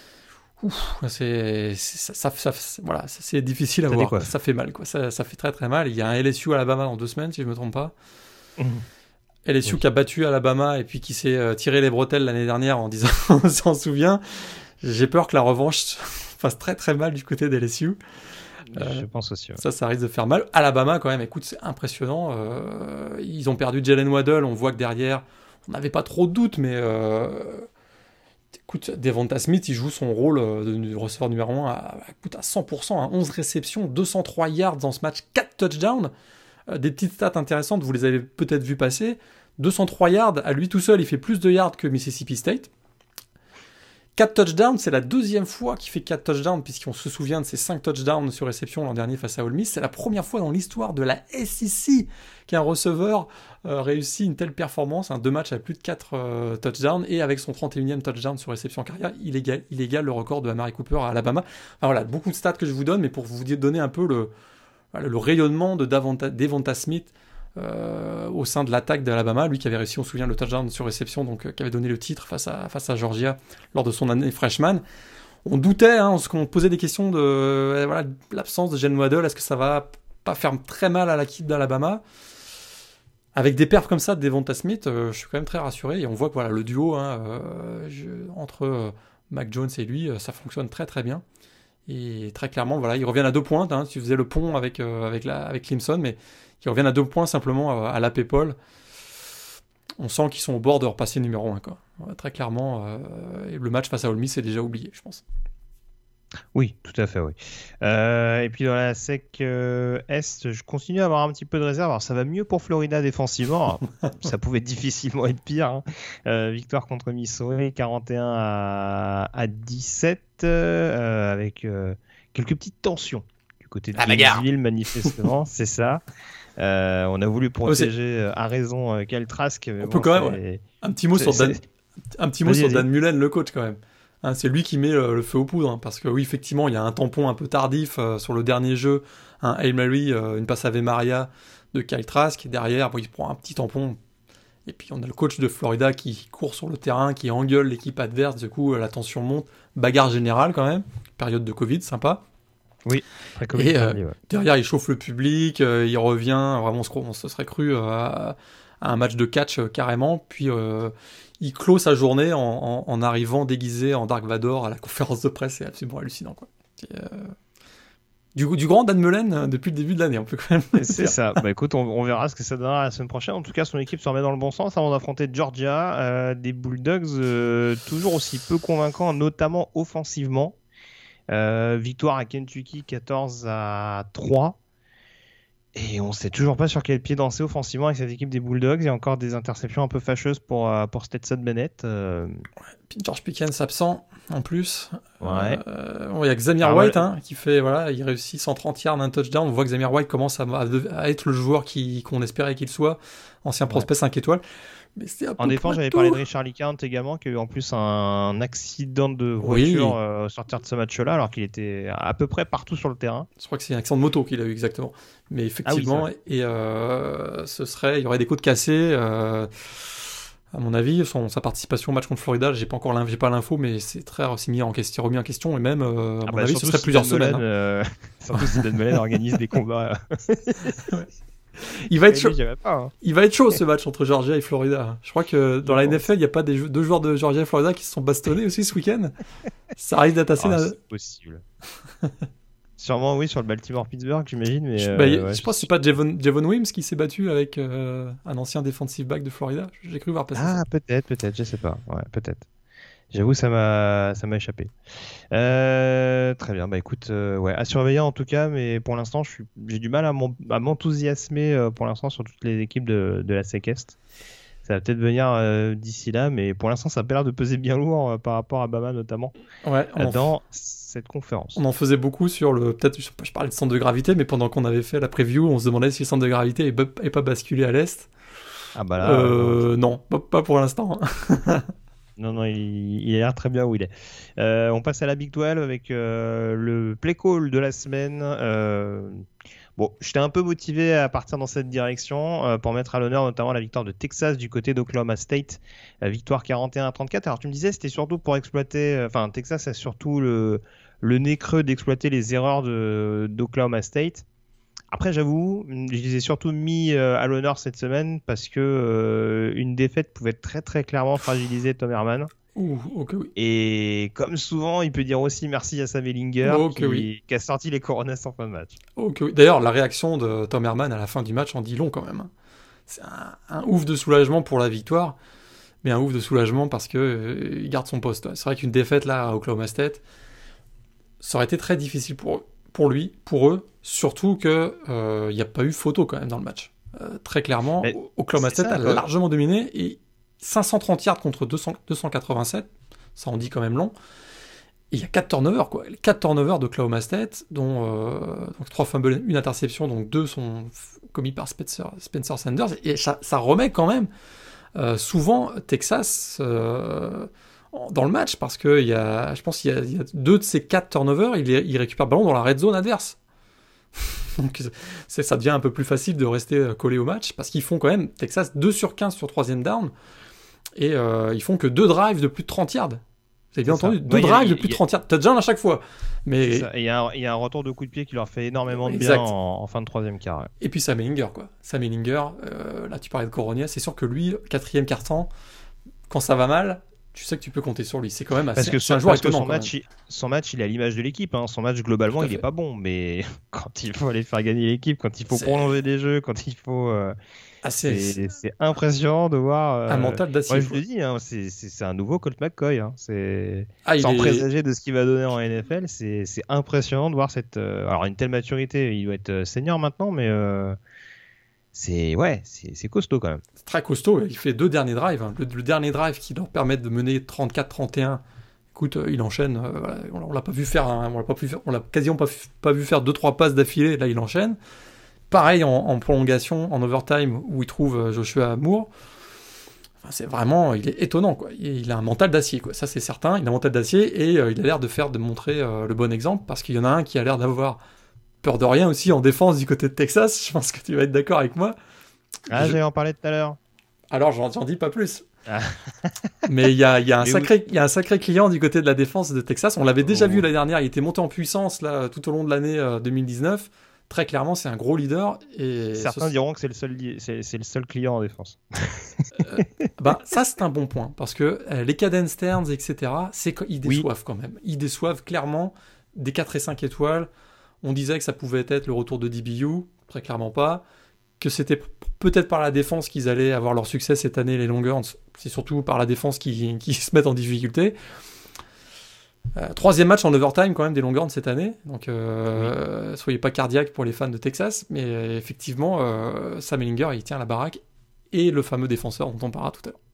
ouf, c'est, c'est, ça, ça, ça, voilà, c'est difficile à ça voir. Quoi. Ça fait mal, quoi. Ça, ça fait très très mal. Il y a un L S U Alabama dans deux semaines, si je ne me trompe pas. Mmh. L S U oui. Qui a battu Alabama et puis qui s'est euh, tiré les bretelles l'année dernière en disant on s'en souvient. J'ai peur que la revanche fasse très très mal du côté d'L S U. Euh, je pense aussi. Ouais. Ça, ça risque de faire mal. Alabama, quand même, écoute, c'est impressionnant. Euh, ils ont perdu Jalen Waddle. On voit que derrière, on n'avait pas trop de doutes, mais euh, écoute, Devonta Smith, il joue son rôle de receveur numéro un à, écoute, à cent pour cent, hein, onze réceptions, deux cent trois yards dans ce match, quatre touchdowns. Euh, des petites stats intéressantes, vous les avez peut-être vu passer. deux cent trois yards, à lui tout seul, il fait plus de yards que Mississippi State. quatre touchdowns, c'est la deuxième fois qu'il fait quatre touchdowns, puisqu'on se souvient de ses cinq touchdowns sur réception l'an dernier face à Ole Miss. C'est la première fois dans l'histoire de la S E C qu'un receveur euh, réussit une telle performance, un deux matchs à plus de quatre euh, touchdowns, et avec son trente et unième touchdown sur réception en carrière, il égale, il égale le record de Amari Cooper à Alabama. Enfin, voilà, beaucoup de stats que je vous donne, mais pour vous donner un peu le, le rayonnement de Devonta, Devonta Smith Euh, au sein de l'attaque d'Alabama, lui qui avait réussi, on se souvient, le touchdown sur réception, donc euh, qui avait donné le titre face à, face à Georgia lors de son année freshman. On doutait, hein, on, on posait des questions de euh, voilà, l'absence de Jalen Waddle, est-ce que ça va pas faire très mal à l'équipe d'Alabama? Avec des perfs comme ça de Devonta Smith, euh, je suis quand même très rassuré, et on voit que voilà, le duo hein, euh, je, entre euh, Mac Jones et lui, euh, ça fonctionne très très bien. Et très clairement, voilà, ils reviennent à deux points, hein, tu faisais le pont avec, euh, avec, la, avec Clemson, mais qui reviennent à deux points simplement à la Paypal. On sent qu'ils sont au bord de repasser numéro un. Quoi. Très clairement, euh, le match face à Ole Miss est déjà oublié, je pense. Oui, tout à fait, oui. Euh, et puis dans la S E C euh, Est, je continue à avoir un petit peu de réserve. Alors ça va mieux pour Florida défensivement. Ça pouvait difficilement être pire. Hein. Euh, victoire contre Missouri, quarante et un à dix-sept, euh, avec euh, quelques petites tensions du côté de Louisville, manifestement, c'est ça. Euh, on a voulu protéger oh, à raison euh, Kyle Trask. On bon, peut quand même ouais. un petit mot c'est, sur Dan, un petit mot vas-y, sur vas-y. Dan Mullen, le coach quand même. Hein, c'est lui qui met le, le feu aux poudres, hein, parce que oui, effectivement, il y a un tampon un peu tardif euh, sur le dernier jeu, un Hail Mary, euh, une passe Ave Maria de Kyle Trask, et derrière, bon, il prend un petit tampon. Et puis on a le coach de Florida qui court sur le terrain, qui engueule l'équipe adverse. Du coup, la tension monte, bagarre générale quand même. Période de Covid, sympa. Oui, et euh, ouais. Derrière, il chauffe le public, euh, il revient, vraiment, on se serait cru euh, à, à un match de catch euh, carrément, puis euh, il clôt sa journée en, en, en arrivant déguisé en Dark Vador à la conférence de presse, c'est absolument hallucinant, quoi. Et, euh, Du, du grand Dan Mullen depuis le début de l'année, on peut quand même. C'est ça. Bah écoute, on, on verra ce que ça donnera la semaine prochaine. En tout cas, son équipe se remet dans le bon sens avant d'affronter Georgia, euh, des Bulldogs euh, toujours aussi peu convaincants, notamment offensivement. Euh, victoire à Kentucky quatorze à trois. Et on ne sait toujours pas sur quel pied danser offensivement avec cette équipe des Bulldogs. Il y a encore des interceptions un peu fâcheuses pour, euh, pour Stetson Bennett. Euh... Ouais, George Pickens absent en plus. Ouais. Euh, bon, il y a Xavier ah, White ouais. hein, qui fait, voilà, il réussit cent trente yards, un touchdown. On voit que Xavier White commence à, à, à être le joueur qui, qu'on espérait qu'il soit, ancien prospect ouais. cinq étoiles. Mais c'était en défense, j'avais tout. parlé de Richard Licount également, qui a eu en plus un accident de voiture oui. euh, au sortir de ce match-là, alors qu'il était à peu près partout sur le terrain. Je crois que c'est un accident de moto qu'il a eu exactement. Mais effectivement, ah oui, et euh, ce serait, il y aurait des côtes cassées. Euh, à mon avis, son, sa participation au match contre Florida, j'ai pas encore j'ai pas l'info, mais c'est très aussi mis en question, remis en question, et même euh, à ah mon bah, avis, ce serait si plusieurs Dan semaines. Mullen, hein. euh, surtout si Dan Mullen organise des combats. ouais. Il va, être chaud. Pas, hein. il va être chaud ce match entre Georgia et Florida. Je crois que dans la N F L, il n'y a pas des deux joueurs de Georgia et Florida qui se sont bastonnés aussi ce week-end. Ça risque d'être assez. Ah, c'est possible. Sûrement, oui, sur le Baltimore-Pittsburgh, j'imagine. Mais, je, euh, bah, ouais, je pense je... que c'est pas Javon, Javon Wims qui s'est battu avec euh, un ancien defensive back de Florida. J'ai cru voir passer ah, ça. Ah, peut-être, peut-être, je sais pas. Ouais, peut-être. J'avoue, ça m'a, ça m'a échappé. Euh, très bien, bah écoute, euh, ouais, à surveiller en tout cas, mais pour l'instant, je suis, j'ai du mal à, m'en, à m'enthousiasmer euh, pour l'instant sur toutes les équipes de, de la S E C Est. Ça va peut-être venir euh, d'ici là, mais pour l'instant, ça a pas l'air de peser bien lourd euh, par rapport à Bama notamment. Ouais, euh, dans f... cette conférence. On en faisait beaucoup sur le, peut-être, je parlais de centre de gravité, mais pendant qu'on avait fait la preview, on se demandait si le centre de gravité est pas basculé à l'est. Ah bah là. Euh, euh, non, pas, pas pour l'instant. Non, non, il, il a l'air très bien où il est. Euh, on passe à la Big douze avec euh, le play call de la semaine. Euh, bon, j'étais un peu motivé à partir dans cette direction euh, pour mettre à l'honneur notamment la victoire de Texas du côté d'Oklahoma State. La victoire quarante et un à trente-quatre. Alors tu me disais, c'était surtout pour exploiter... Enfin, Texas a surtout le, le nez creux d'exploiter les erreurs de, d'Oklahoma State. Après, j'avoue, je les ai surtout mis euh, à l'honneur cette semaine parce que euh, une défaite pouvait très très clairement fragiliser Tom Herman. Ouh, ok, oui. Et comme souvent, il peut dire aussi merci à Sam Ehlinger okay, qui, oui. qui a sorti les Coronas en fin de match. Ok, oui. D'ailleurs, la réaction de Tom Herman à la fin du match en dit long quand même. C'est un, un ouf de soulagement pour la victoire, mais un ouf de soulagement parce qu'il euh, garde son poste. C'est vrai qu'une défaite là à Oklahoma State, ça aurait été très difficile pour eux. Pour lui, pour eux, surtout qu'il n'y euh, a pas eu photo quand même dans le match. Euh, très clairement, mais Oklahoma State ça, a quoi. largement dominé et cinq cent trente yards contre deux cents, deux cent quatre-vingt-sept, ça en dit quand même long. Et il y a quatre turnovers, quoi. Les quatre turnovers d'Oklahoma State, dont euh, donc trois fumbles, une interception, donc deux sont commis par Spencer, Spencer Sanders. Et ça, ça remet quand même euh, souvent Texas... Euh, dans le match, parce que il y a, je pense qu'il y a, il y a deux de ces quatre turnovers, il, il récupère le ballon dans la red zone adverse. Donc c'est, ça devient un peu plus facile de rester collé au match, parce qu'ils font quand même, Texas, deux sur quinze sur troisième down, et euh, ils font que deux drives de plus de trente yards. Vous avez bien c'est entendu, ça. deux ouais, drives a, de plus a, de trente yards. Touchdown à chaque fois. Mais... Il y, y a un retour de coup de pied qui leur fait énormément de exact. bien en, en fin de troisième quart. Ouais. Et puis Sam Ehlinger, quoi. Sam Ehlinger, euh, là tu parlais de Coronia, c'est sûr que lui, quatrième quart-temps, quand ça va mal, tu sais que tu peux compter sur lui. C'est quand même assez... Parce que, c'est un joueur parce que étonnant, son, match, il, son match, il est à l'image de l'équipe. Hein. Son match, globalement, il n'est pas bon. Mais quand il faut aller faire gagner l'équipe, quand il faut c'est... prolonger des jeux, quand il faut... Euh... Ah, c'est... C'est, c'est impressionnant de voir... Euh... Un mental d'acier. Ouais, je le dis, hein, c'est, c'est, c'est un nouveau Colt McCoy. Hein. C'est... Ah, Sans est... présager de ce qu'il va donner en N F L, c'est, c'est impressionnant de voir cette... Euh... Alors, une telle maturité, il doit être senior maintenant, mais... Euh... C'est, ouais, c'est, c'est costaud quand même. C'est très costaud. Il fait deux derniers drives. Hein. Le, le dernier drive qui leur permet de mener trente-quatre trente et un. Écoute, euh, il enchaîne. Euh, voilà. On l'a pas vu faire. Hein. On l'a pas pu faire. On l'a quasiment pas, pas vu faire deux trois passes d'affilée. Là, il enchaîne. Pareil en, en prolongation, en overtime, où il trouve Joshua Moore. Enfin, c'est vraiment, il est étonnant, quoi. Il, il a un mental d'acier, quoi. Ça, c'est certain. Il a un mental d'acier et euh, il a l'air de faire, de montrer euh, le bon exemple, parce qu'il y en a un qui a l'air d'avoir peur de rien aussi en défense du côté de Texas. Je pense que tu vas être d'accord avec moi. Ah, je... j'allais en parler tout à l'heure. Alors, j'en, j'en dis pas plus. Ah. Mais il y a, y, a sacré, y a un sacré client du côté de la défense de Texas. On l'avait déjà oh. vu l'année dernière. Il était monté en puissance là, tout au long de l'année euh, deux mille dix-neuf. Très clairement, c'est un gros leader. Et certains ce... diront que c'est le, seul, c'est, c'est le seul client en défense. euh, bah, ça, c'est un bon point. Parce que euh, les Caden Stearns, et cetera, c'est, ils déçoivent oui. quand même. Ils déçoivent clairement des quatre et cinq étoiles. On disait que ça pouvait être le retour de D B U, très clairement pas. Que c'était peut-être par la défense qu'ils allaient avoir leur succès cette année, les Longhorns. C'est surtout par la défense qu'ils, qu'ils se mettent en difficulté. Euh, troisième match en overtime quand même des Longhorns cette année. Donc euh, oui. Soyez pas cardiaques pour les fans de Texas. Mais euh, effectivement, euh, Sam Ehlinger, il tient la baraque. Et le fameux défenseur dont on parlera tout à l'heure.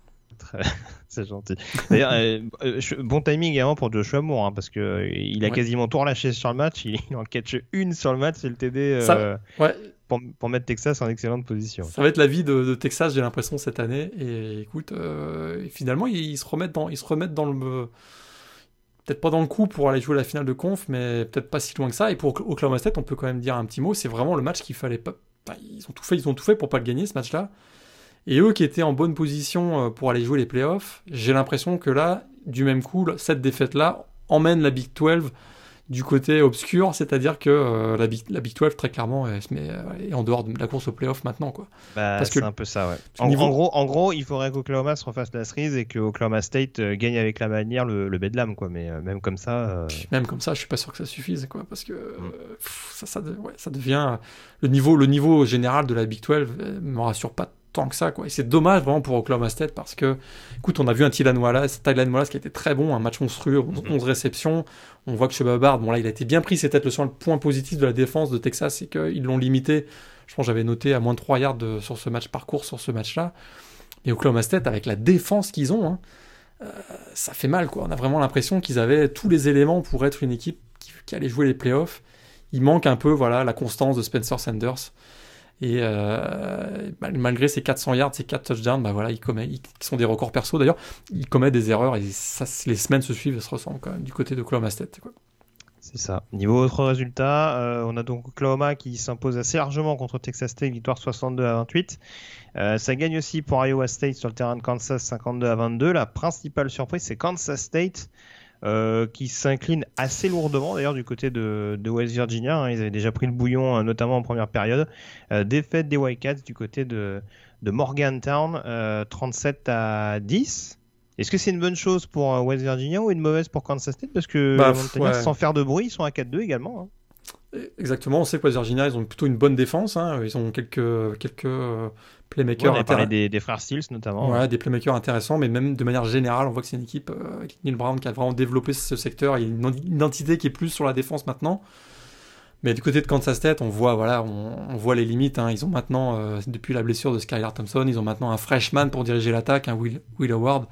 C'est gentil. D'ailleurs, euh, bon timing également pour Joshua Moore, hein, parce qu'il euh, a ouais. quasiment tout relâché sur le match. Il, il en catch une sur le match, c'est le T D euh, Ça, ouais. pour, pour mettre Texas en excellente position. Ça va être la vie de, de Texas, j'ai l'impression, cette année. Et écoute, euh, finalement, ils, ils, se remettent dans, ils se remettent dans le... Peut-être pas dans le coup pour aller jouer la finale de conf, mais peut-être pas si loin que ça. Et pour Oklahoma State, on peut quand même dire un petit mot. C'est vraiment le match qu'il fallait pas... Enfin, ils ont tout fait, ils ont tout fait pour pas le gagner, ce match-là. Et eux qui étaient en bonne position pour aller jouer les playoffs, j'ai l'impression que là, du même coup, cette défaite-là emmène la Big douze du côté obscur, c'est-à-dire que euh, la, Big, la Big douze, très clairement, elle se met, euh, est en dehors de la course aux playoffs maintenant, quoi. Bah, Parce c'est que, un peu ça, ouais. En, niveau... en, gros, en gros, il faudrait qu'Oklahoma se refasse la cerise et que Oklahoma State euh, gagne avec la manière le, le bedlam, quoi. Mais euh, même comme ça... Euh... Même comme ça, je suis pas sûr que ça suffise, quoi. Parce que mm. euh, pff, ça, ça, ouais, ça devient... Le niveau, le niveau général de la Big douze euh, me rassure pas tant que ça, quoi. Et c'est dommage vraiment pour Oklahoma State parce que, écoute, on a vu un Tylan Wallace, Tylan Wallace qui a été très bon, un match monstrueux, onze mm-hmm. réceptions. On voit que Sheba Bard, bon là, il a été bien pris, c'est peut-être le seul point positif de la défense de Texas, c'est qu'ils l'ont limité. Je pense que j'avais noté à moins de trois yards de, sur ce match parcours, sur ce match-là. Et Oklahoma State, avec la défense qu'ils ont, hein, euh, ça fait mal, quoi. On a vraiment l'impression qu'ils avaient tous les éléments pour être une équipe qui, qui allait jouer les playoffs. Il manque un peu, voilà, la constance de Spencer Sanders. Et euh, malgré ses quatre cents yards, ses quatre touchdowns, bah voilà, il commet, ils, qui sont des records perso d'ailleurs, il commet des erreurs et ça, les semaines se suivent et se ressemblent quand même du côté de Oklahoma State, quoi. C'est ça. Niveau autres résultats, euh, on a donc Oklahoma qui s'impose assez largement contre Texas State, victoire soixante-deux à vingt-huit. Euh, ça gagne aussi pour Iowa State sur le terrain de Kansas, cinquante-deux à vingt-deux. La principale surprise, c'est Kansas State. Euh, qui s'incline assez lourdement d'ailleurs du côté de, de West Virginia, hein. Ils avaient déjà pris le bouillon euh, notamment en première période. Euh, défaite des Wildcats du côté de, de Morgantown, euh, trente-sept à dix. Est-ce que c'est une bonne chose pour euh, West Virginia ou une mauvaise pour Kansas State? Parce que bah, les Montagnards, ouais. sans faire de bruit, ils sont à quatre deux également, hein. Exactement, on sait que West Virginia, ils ont plutôt une bonne défense, hein. Ils ont quelques, quelques playmakers. Ouais, on a parlé des, des frères Steele notamment. Ouais, ouais, des playmakers intéressants, mais même de manière générale, on voit que c'est une équipe euh, avec Neil Brown qui a vraiment développé ce secteur. Il y a une identité qui est plus sur la défense maintenant. Mais du côté de Kansas State, on voit, voilà, on, on voit les limites, hein. Ils ont maintenant, euh, depuis la blessure de Skylar Thompson, ils ont maintenant un freshman pour diriger l'attaque, un Will, Will Howard.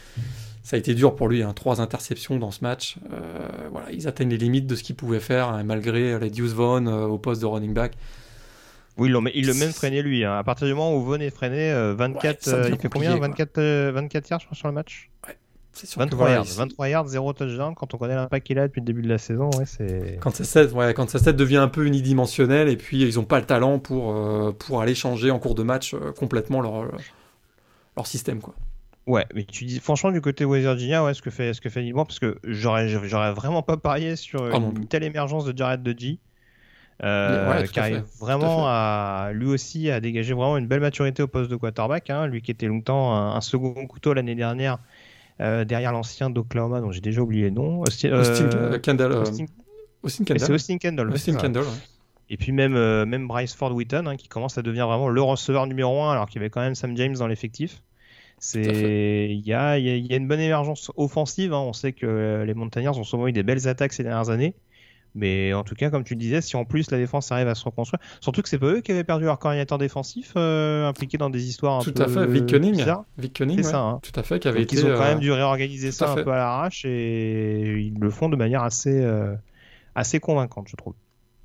Ça a été dur pour lui, hein, trois interceptions dans ce match. Euh, voilà, ils atteignent les limites de ce qu'ils pouvaient faire, hein, malgré les Deuce Vaughn euh, au poste de running back. Oui, il l'a même freiné lui. Hein. À partir du moment où Vaughn est freiné, euh, vingt-quatre, ouais, euh, il fait combien vingt-quatre, euh, vingt-quatre yards je crois, sur le match. Ouais, c'est sûr vingt-trois que, yards, ouais, vingt-trois yards, zéro touchdown. Quand on connaît l'impact qu'il a depuis le début de la saison, ouais, c'est. Quand ça ouais, quand ça devient un peu unidimensionnel et puis ils n'ont pas le talent pour euh, pour aller changer en cours de match euh, complètement leur leur système, quoi. Ouais, mais tu dis franchement du côté West Virginia, ouais, ce que fait ce que fait Liban, parce que j'aurais j'aurais vraiment pas parié sur oh, une telle émergence de Jared Dudgy, euh, ouais, qui arrive vraiment à, à lui aussi à dégager vraiment une belle maturité au poste de quarterback, hein, lui qui était longtemps un, un second couteau l'année dernière euh, derrière l'ancien d'Oklahoma dont j'ai déjà oublié le nom, Austin, euh, Austin Kendall, Austin, Austin Kendall, c'est Austin Kendall, Austin Kendall. Ouais. Et puis même euh, même Bryce Ford Wheaton, hein, qui commence à devenir vraiment le receveur numéro un alors qu'il y avait quand même Sam James dans l'effectif. C'est il y a il y, y a une bonne émergence offensive, hein. On sait que les Montagnards ont souvent eu des belles attaques ces dernières années, mais en tout cas comme tu le disais, si en plus la défense arrive à se reconstruire, surtout que c'est pas eux qui avaient perdu leur coordinateur défensif euh, impliqué dans des histoires un tout peu à fait Vic Cunning bizarres. Vic Cunning c'est ouais. ça, hein. Tout à fait qui avait donc été ils ont quand euh... même dû réorganiser ça un peu à l'arrache et ils le font de manière assez euh, assez convaincante, je trouve.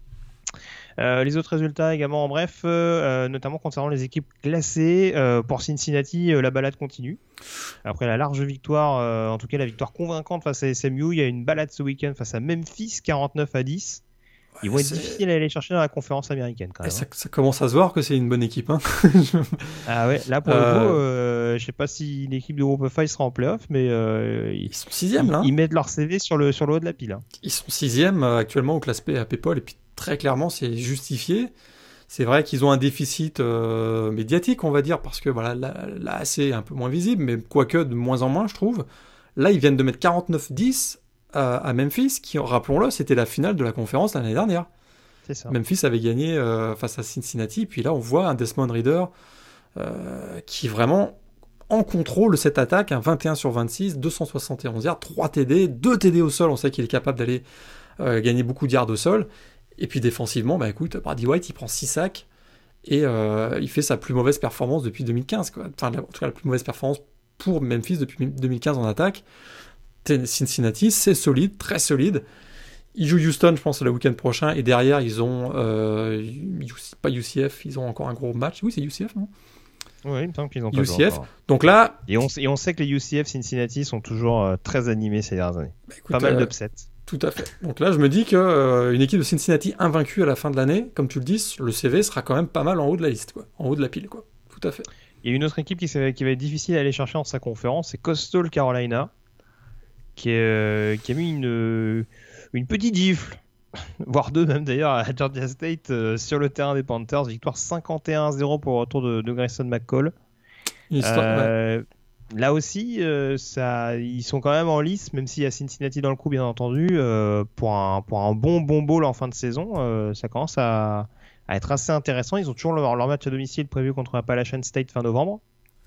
Euh, les autres résultats également en bref, euh, notamment concernant les équipes classées. Euh, pour Cincinnati, euh, la balade continue. Après la large victoire, euh, en tout cas la victoire convaincante face à S M U, il y a une balade ce week-end face à Memphis, quarante-neuf à dix. Ils vont être c'est... difficiles à aller chercher dans la conférence américaine quand même. Ça, ça commence à se voir que c'est une bonne équipe. Hein. Ah ouais, là pour euh... le coup, euh, je sais pas si l'équipe de Groupe F A sera en playoff, mais euh, ils, ils sont sixième là. Ils, ils mettent leur C V sur le, sur le haut de la pile. Hein. Ils sont sixième euh, actuellement au classe P à Paypal et puis très clairement, c'est justifié. C'est vrai qu'ils ont un déficit euh, médiatique, on va dire, parce que voilà, la, la A C est un peu moins visible, mais quoique de moins en moins, je trouve. Là, ils viennent de mettre quarante-neuf dix à, à Memphis, qui, rappelons-le, c'était la finale de la conférence l'année dernière. C'est ça. Memphis avait gagné euh, face à Cincinnati, puis là on voit un Desmond Ridder euh, qui est vraiment en contrôle de cette attaque, un vingt et un sur vingt-six, deux cent soixante et onze yards, trois T D, deux T D au sol, on sait qu'il est capable d'aller euh, gagner beaucoup de yards au sol, et puis défensivement, bah écoute, Brady White il prend six sacs, et euh, il fait sa plus mauvaise performance depuis deux mille quinze, quoi. Enfin en tout cas la plus mauvaise performance pour Memphis depuis deux mille quinze en attaque. Cincinnati, c'est solide, très solide. Ils jouent Houston, je pense, le week-end prochain, et derrière, ils ont, euh, pas U C F, ils ont encore un gros match. Oui, c'est U C F, non ? Oui, il me semble qu'ils ont pas U C F. encore. Donc là... Et on, et on sait que les U C F Cincinnati sont toujours euh, très animés ces dernières années. Bah, écoute, pas mal euh, d'upsets. Tout à fait. Donc là, je me dis qu'une euh, équipe de Cincinnati invaincue à la fin de l'année, comme tu le dis, le C V sera quand même pas mal en haut de la liste, quoi. En haut de la pile, quoi. Tout à fait. Il y a une autre équipe qui, qui va être difficile à aller chercher dans sa conférence, c'est Coastal Carolina, qui, est, euh, qui a mis une, une petite gifle, voire deux même d'ailleurs, à Georgia State euh, sur le terrain des Panthers. Victoire cinquante et un à zéro pour le retour de, de Grayson McCall. Histoire, euh, ouais. Là aussi, euh, ça, ils sont quand même en lice, même s'il y a Cincinnati dans le coup, bien entendu. Euh, pour, un, pour un bon bon bowl en fin de saison, euh, ça commence à, à être assez intéressant. Ils ont toujours leur, leur match à domicile prévu contre Appalachian State fin novembre.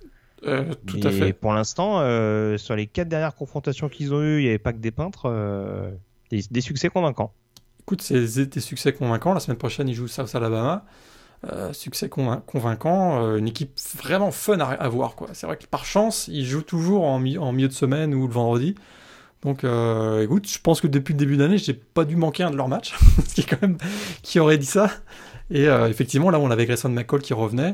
Euh, tout et à fait. Pour l'instant, euh, sur les quatre dernières confrontations qu'ils ont eues, il n'y avait pas que des peintres. Euh, des, des succès convaincants. Écoute, c'est des succès convaincants. La semaine prochaine, ils jouent South Alabama. Euh, succès convain- convaincant, euh, une équipe vraiment fun à, à voir, quoi. C'est vrai que par chance, ils jouent toujours en, mi- en milieu de semaine ou le vendredi. Donc, euh, écoute, je pense que depuis le début d'année, j'ai pas dû manquer un de leurs matchs. Ce qui est quand même qui aurait dit ça. Et euh, effectivement, là, on avait Grayson McCall qui revenait.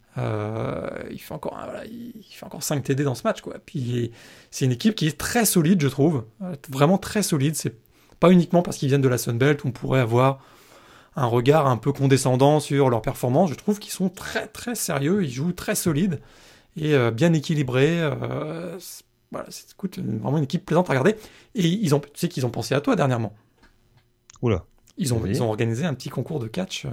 Euh, il fait encore, voilà, il fait encore cinq T D dans ce match, quoi. Puis c'est une équipe qui est très solide, je trouve, vraiment très solide. C'est pas uniquement parce qu'ils viennent de la Sun Belt où on pourrait avoir un regard un peu condescendant sur leur performance. Je trouve qu'ils sont très très sérieux, ils jouent très solide et euh, bien équilibrés. Euh, c'est, voilà, c'est écoute, vraiment une équipe plaisante à regarder. Et ils ont, tu sais qu'ils ont pensé à toi dernièrement. Oula. Ils ont, oui. ils ont organisé un petit concours de catch. Euh,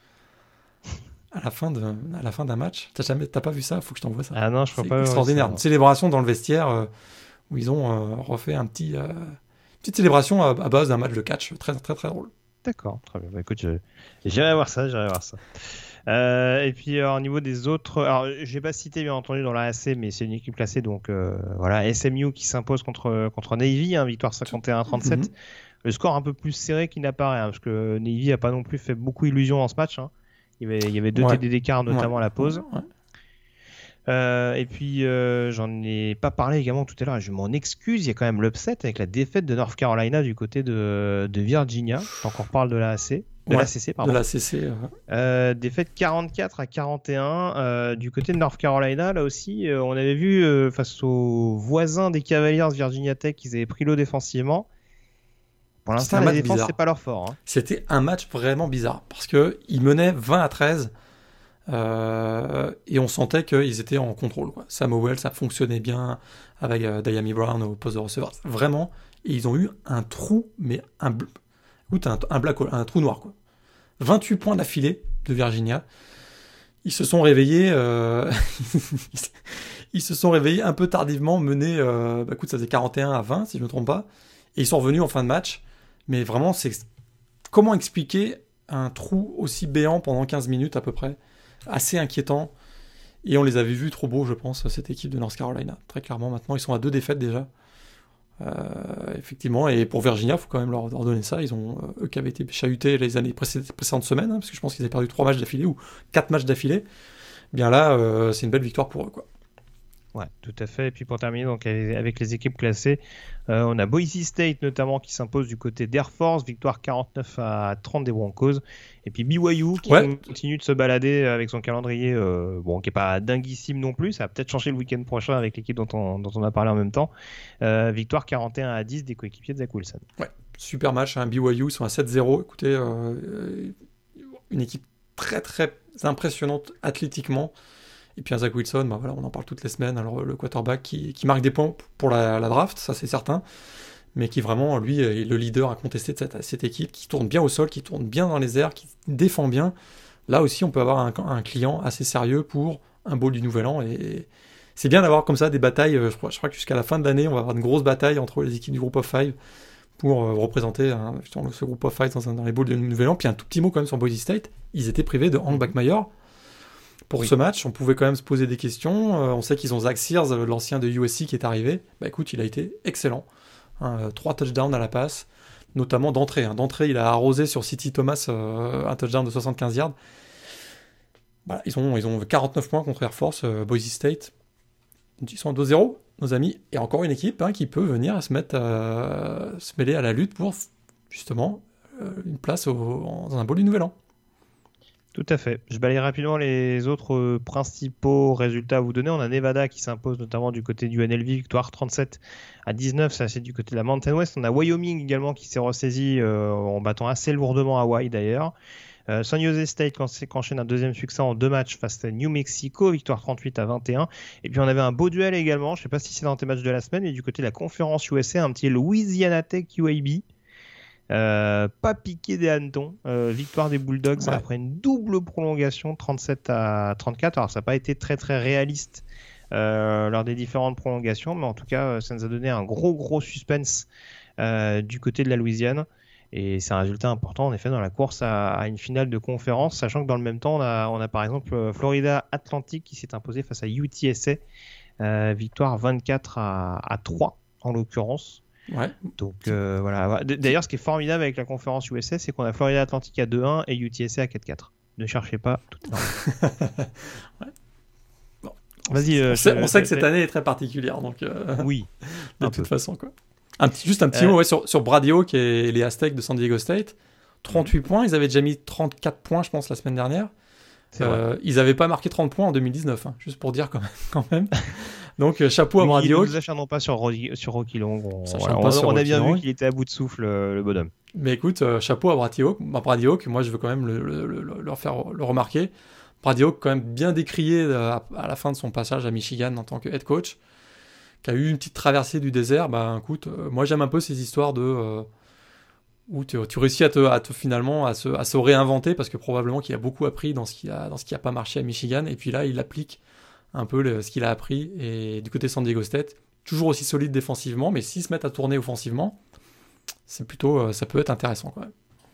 À la fin de, à la fin d'un match. T'as jamais, t'as pas vu ça ? Faut que je t'envoie ça. Ah non, je crois c'est pas. Extraordinaire. Une célébration dans le vestiaire euh, où ils ont euh, refait un petit, euh, petite célébration à, à base d'un match de catch très très très drôle. D'accord, très bien. Bah, écoute, je, j'irai voir ça, j'irai voir ça. Euh, et puis alors, au niveau des autres, alors j'ai pas cité bien entendu dans la A C, mais c'est une équipe classée, donc euh, voilà, S M U qui s'impose contre contre Navy, hein, victoire cinquante et un à trente-sept. Mm-hmm. Le score un peu plus serré qui n'apparaît, hein, parce que Navy a pas non plus fait beaucoup illusion dans ce match. Hein. Il y avait, il y avait deux ouais. T D d'écart, notamment ouais. à la pause. Ouais. Euh, et puis, euh, j'en ai pas parlé également tout à l'heure, je m'en excuse, il y a quand même l'upset avec la défaite de North Carolina du côté de, de Virginia. Donc, on reparle de la A C. De ouais, la C C, pardon. De la C C. Ouais. Euh, défaite quarante-quatre à quarante et un euh, du côté de North Carolina. Là aussi, euh, on avait vu euh, face aux voisins des Cavaliers Virginia Tech qu'ils avaient pris l'eau défensivement. Pour l'instant, la défense, c'est pas leur fort. Hein. C'était un match vraiment bizarre parce qu'ils menaient vingt à treize euh, et on sentait qu'ils étaient en contrôle, quoi. Samuel, ça fonctionnait bien avec euh, Diami Brown au poste de receveur. Vraiment. Et ils ont eu un trou, mais un, un, un, black hole, un trou noir, quoi. vingt-huit points d'affilée de Virginia. Ils se sont réveillés, euh... ils se sont réveillés un peu tardivement, menés, euh... bah, écoute, ça faisait quarante et un à vingt, si je ne me trompe pas. Et ils sont revenus en fin de match. Mais vraiment, c'est comment expliquer un trou aussi béant pendant quinze minutes à peu près, assez inquiétant. Et on les avait vus trop beaux, je pense, cette équipe de North Carolina. Très clairement, maintenant, ils sont à deux défaites déjà. Euh, effectivement, et pour Virginia, il faut quand même leur, leur donner ça. Ils ont, eux qui avaient été chahutés les années précédentes, précédentes semaines, hein, parce que je pense qu'ils avaient perdu trois matchs d'affilée ou quatre matchs d'affilée. Bien là, euh, c'est une belle victoire pour eux, quoi. Ouais, tout à fait. Et puis pour terminer, donc avec les équipes classées, euh, on a Boise State notamment qui s'impose du côté d'Air Force, victoire quarante-neuf à trente des Broncos. Et puis B Y U qui ouais. continue de se balader avec son calendrier, euh, bon, qui est pas dinguissime non plus. Ça va peut-être changer le week-end prochain avec l'équipe dont on, dont on a parlé en même temps. Euh, victoire quarante et un à dix des coéquipiers de Zach Wilson. Ouais, super match. Hein. B Y U, ils sont à sept zéro. Écoutez, euh, une équipe très très impressionnante athlétiquement. Et puis un Zach Wilson, bah voilà, on en parle toutes les semaines. Alors le quarterback qui, qui marque des points pour la, la draft, ça c'est certain, mais qui vraiment, lui, est le leader incontesté de cette, cette équipe, qui tourne bien au sol, qui tourne bien dans les airs, qui défend bien. Là aussi, on peut avoir un, un client assez sérieux pour un bowl du Nouvel An. Et c'est bien d'avoir comme ça des batailles. Je crois, je crois que jusqu'à la fin de l'année, on va avoir une grosse bataille entre les équipes du Group of Five pour euh, représenter hein, ce groupe of five dans, dans les bowls de Nouvel An. Puis un tout petit mot quand même sur Boise State, ils étaient privés de Hank Bachmeier pour oui. ce match. On pouvait quand même se poser des questions. Euh, on sait qu'ils ont Zach Sears, l'ancien de U S C qui est arrivé. Bah écoute, il a été excellent. Hein, trois touchdowns à la passe, notamment d'entrée. Hein. D'entrée, il a arrosé sur City Thomas euh, un touchdown de soixante-quinze yards. Voilà, ils, ont, ils ont quarante-neuf points contre Air Force, euh, Boise State. Ils sont à deux zéro, nos amis. Et encore une équipe hein, qui peut venir se mettre euh, se mêler à la lutte pour justement euh, une place au, dans un bowl du Nouvel An. Tout à fait. Je balaye rapidement les autres euh, principaux résultats à vous donner. On a Nevada qui s'impose notamment du côté du N L V, victoire trente-sept à dix-neuf, ça c'est du côté de la Mountain West. On a Wyoming également qui s'est ressaisi euh, en battant assez lourdement Hawaii d'ailleurs. Euh, San Jose State qui enchaîne un deuxième succès en deux matchs face à New Mexico, victoire trente-huit à vingt et un. Et puis on avait un beau duel également, je ne sais pas si c'est dans tes matchs de la semaine, mais du côté de la conférence U S A, un petit Louisiana Tech U A B. Euh, pas piqué des hannetons, euh, victoire des Bulldogs ouais. après une double prolongation trente-sept à trente-quatre. Alors ça n'a pas été très très réaliste euh, lors des différentes prolongations, mais en tout cas ça nous a donné un gros gros suspense euh, du côté de la Louisiane. Et c'est un résultat important en effet dans la course à, à une finale de conférence, sachant que dans le même temps on a, on a par exemple Florida Atlantic qui s'est imposé face à U T S A, euh, victoire vingt-quatre à trois en l'occurrence. Ouais. Donc euh, voilà. D'ailleurs, ce qui est formidable avec la conférence U S A, c'est qu'on a Florida Atlantic à deux un et U T S A à quatre quatre. Ne cherchez pas, tout est normal. ouais. Bon. Vas-y. On, euh, sait, je, on sait que je, cette année est très particulière, donc. Euh, oui. De toute peu. façon, quoi. Un petit, juste un petit euh... mot ouais, sur, sur Brady Hawk et les Aztecs de San Diego State. trente-huit mmh. points, ils avaient déjà mis trente-quatre points, je pense, la semaine dernière. Euh, ils n'avaient pas marqué trente points en deux mille dix-neuf, hein, juste pour dire quand même. Quand même. Donc euh, chapeau oui, à Brady Hawk. Ne nous acharnons pas sur, Rocky, sur Rocky Long. On, voilà, on, sur on Rocky a bien Long. vu qu'il était à bout de souffle, euh, le bonhomme. Mais écoute, euh, chapeau à Brady Hawk. Bah, Brady Hawk, moi je veux quand même le, le, le, le, leur faire le remarquer. Brady Hawk, quand même bien décrié à, à la fin de son passage à Michigan en tant que head coach, qui a eu une petite traversée du désert. Bah, écoute, euh, moi j'aime un peu ces histoires de. Euh, où tu, tu réussis à te, à te finalement à se, à se réinventer parce que probablement qu'il a beaucoup appris dans ce qui a, dans ce qui a pas marché à Michigan et puis là il applique un peu le, ce qu'il a appris et du côté San Diego State toujours aussi solide défensivement mais s'ils se mettent à tourner offensivement c'est plutôt ça peut être intéressant quand même.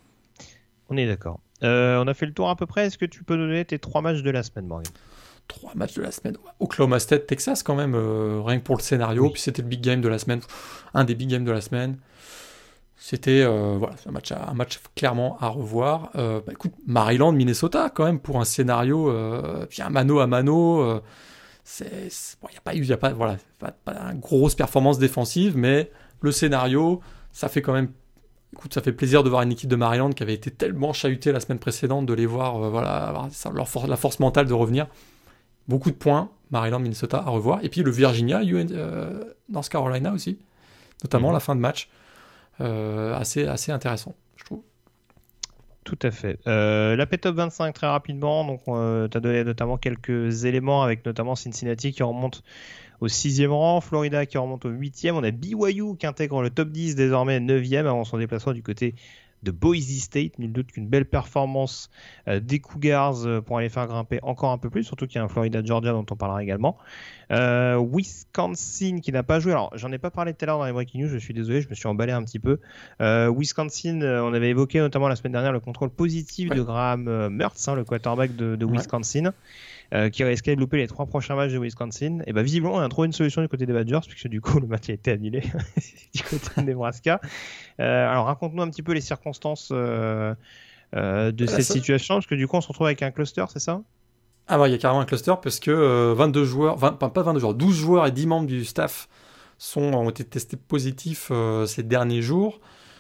On est d'accord. Euh, on a fait le tour à peu près. Est-ce que tu peux donner tes trois matchs de la semaine, Morgan? Trois matchs de la semaine. Oklahoma State, Texas quand même euh, rien que pour le scénario oui. Puis c'était le big game de la semaine, un des big games de la semaine. C'était euh, voilà, un, match à, un match clairement à revoir. Euh, bah, écoute, Maryland, Minnesota, quand même, pour un scénario, euh, puis un mano à mano. Il euh, n'y a pas eu y a pas, voilà, pas, pas une grosse performance défensive, mais le scénario, ça fait quand même. Écoute, ça fait plaisir de voir une équipe de Maryland qui avait été tellement chahutée la semaine précédente, de les voir, euh, voilà, avoir leur for- la force mentale de revenir. Beaucoup de points, Maryland, Minnesota à revoir. Et puis le Virginia, U N, euh, North Carolina aussi, notamment mmh. la fin de match. Euh, assez, assez intéressant, je trouve. Tout à fait. Euh, la P-Top vingt-cinq, très rapidement. Donc, euh, tu as donné notamment quelques éléments, avec notamment Cincinnati qui remonte au sixième rang, Florida qui remonte au huitième. On a B Y U qui intègre le top dix, désormais neuvième, avant son déplacement du côté de Boise State. Nul doute qu'une belle performance euh, des Cougars euh, pour aller faire grimper encore un peu plus, surtout qu'il y a un Florida-Georgia dont on parlera également. Euh, Wisconsin qui n'a pas joué, alors j'en ai pas parlé tout à l'heure dans les breaking news, je suis désolé, je me suis emballé un petit peu. Euh, Wisconsin, euh, on avait évoqué notamment la semaine dernière le contrôle positif ouais. de Graham euh, Mertz, hein, le quarterback de, de Wisconsin. Ouais. Euh, qui risquait de louper les trois prochains matchs de Wisconsin. Et bah visiblement on a trouvé une solution du côté des Badgers puisque du coup le match a été annulé du côté de Nebraska. Euh, alors raconte-nous un petit peu les circonstances euh, euh, de cette ça... situation parce que du coup on se retrouve avec un cluster, c'est ça? Ah bah il y a carrément un cluster parce que euh, vingt-deux joueurs, vingt, pas vingt-deux joueurs, douze joueurs et dix membres du staff sont, ont été testés positifs euh, ces derniers jours.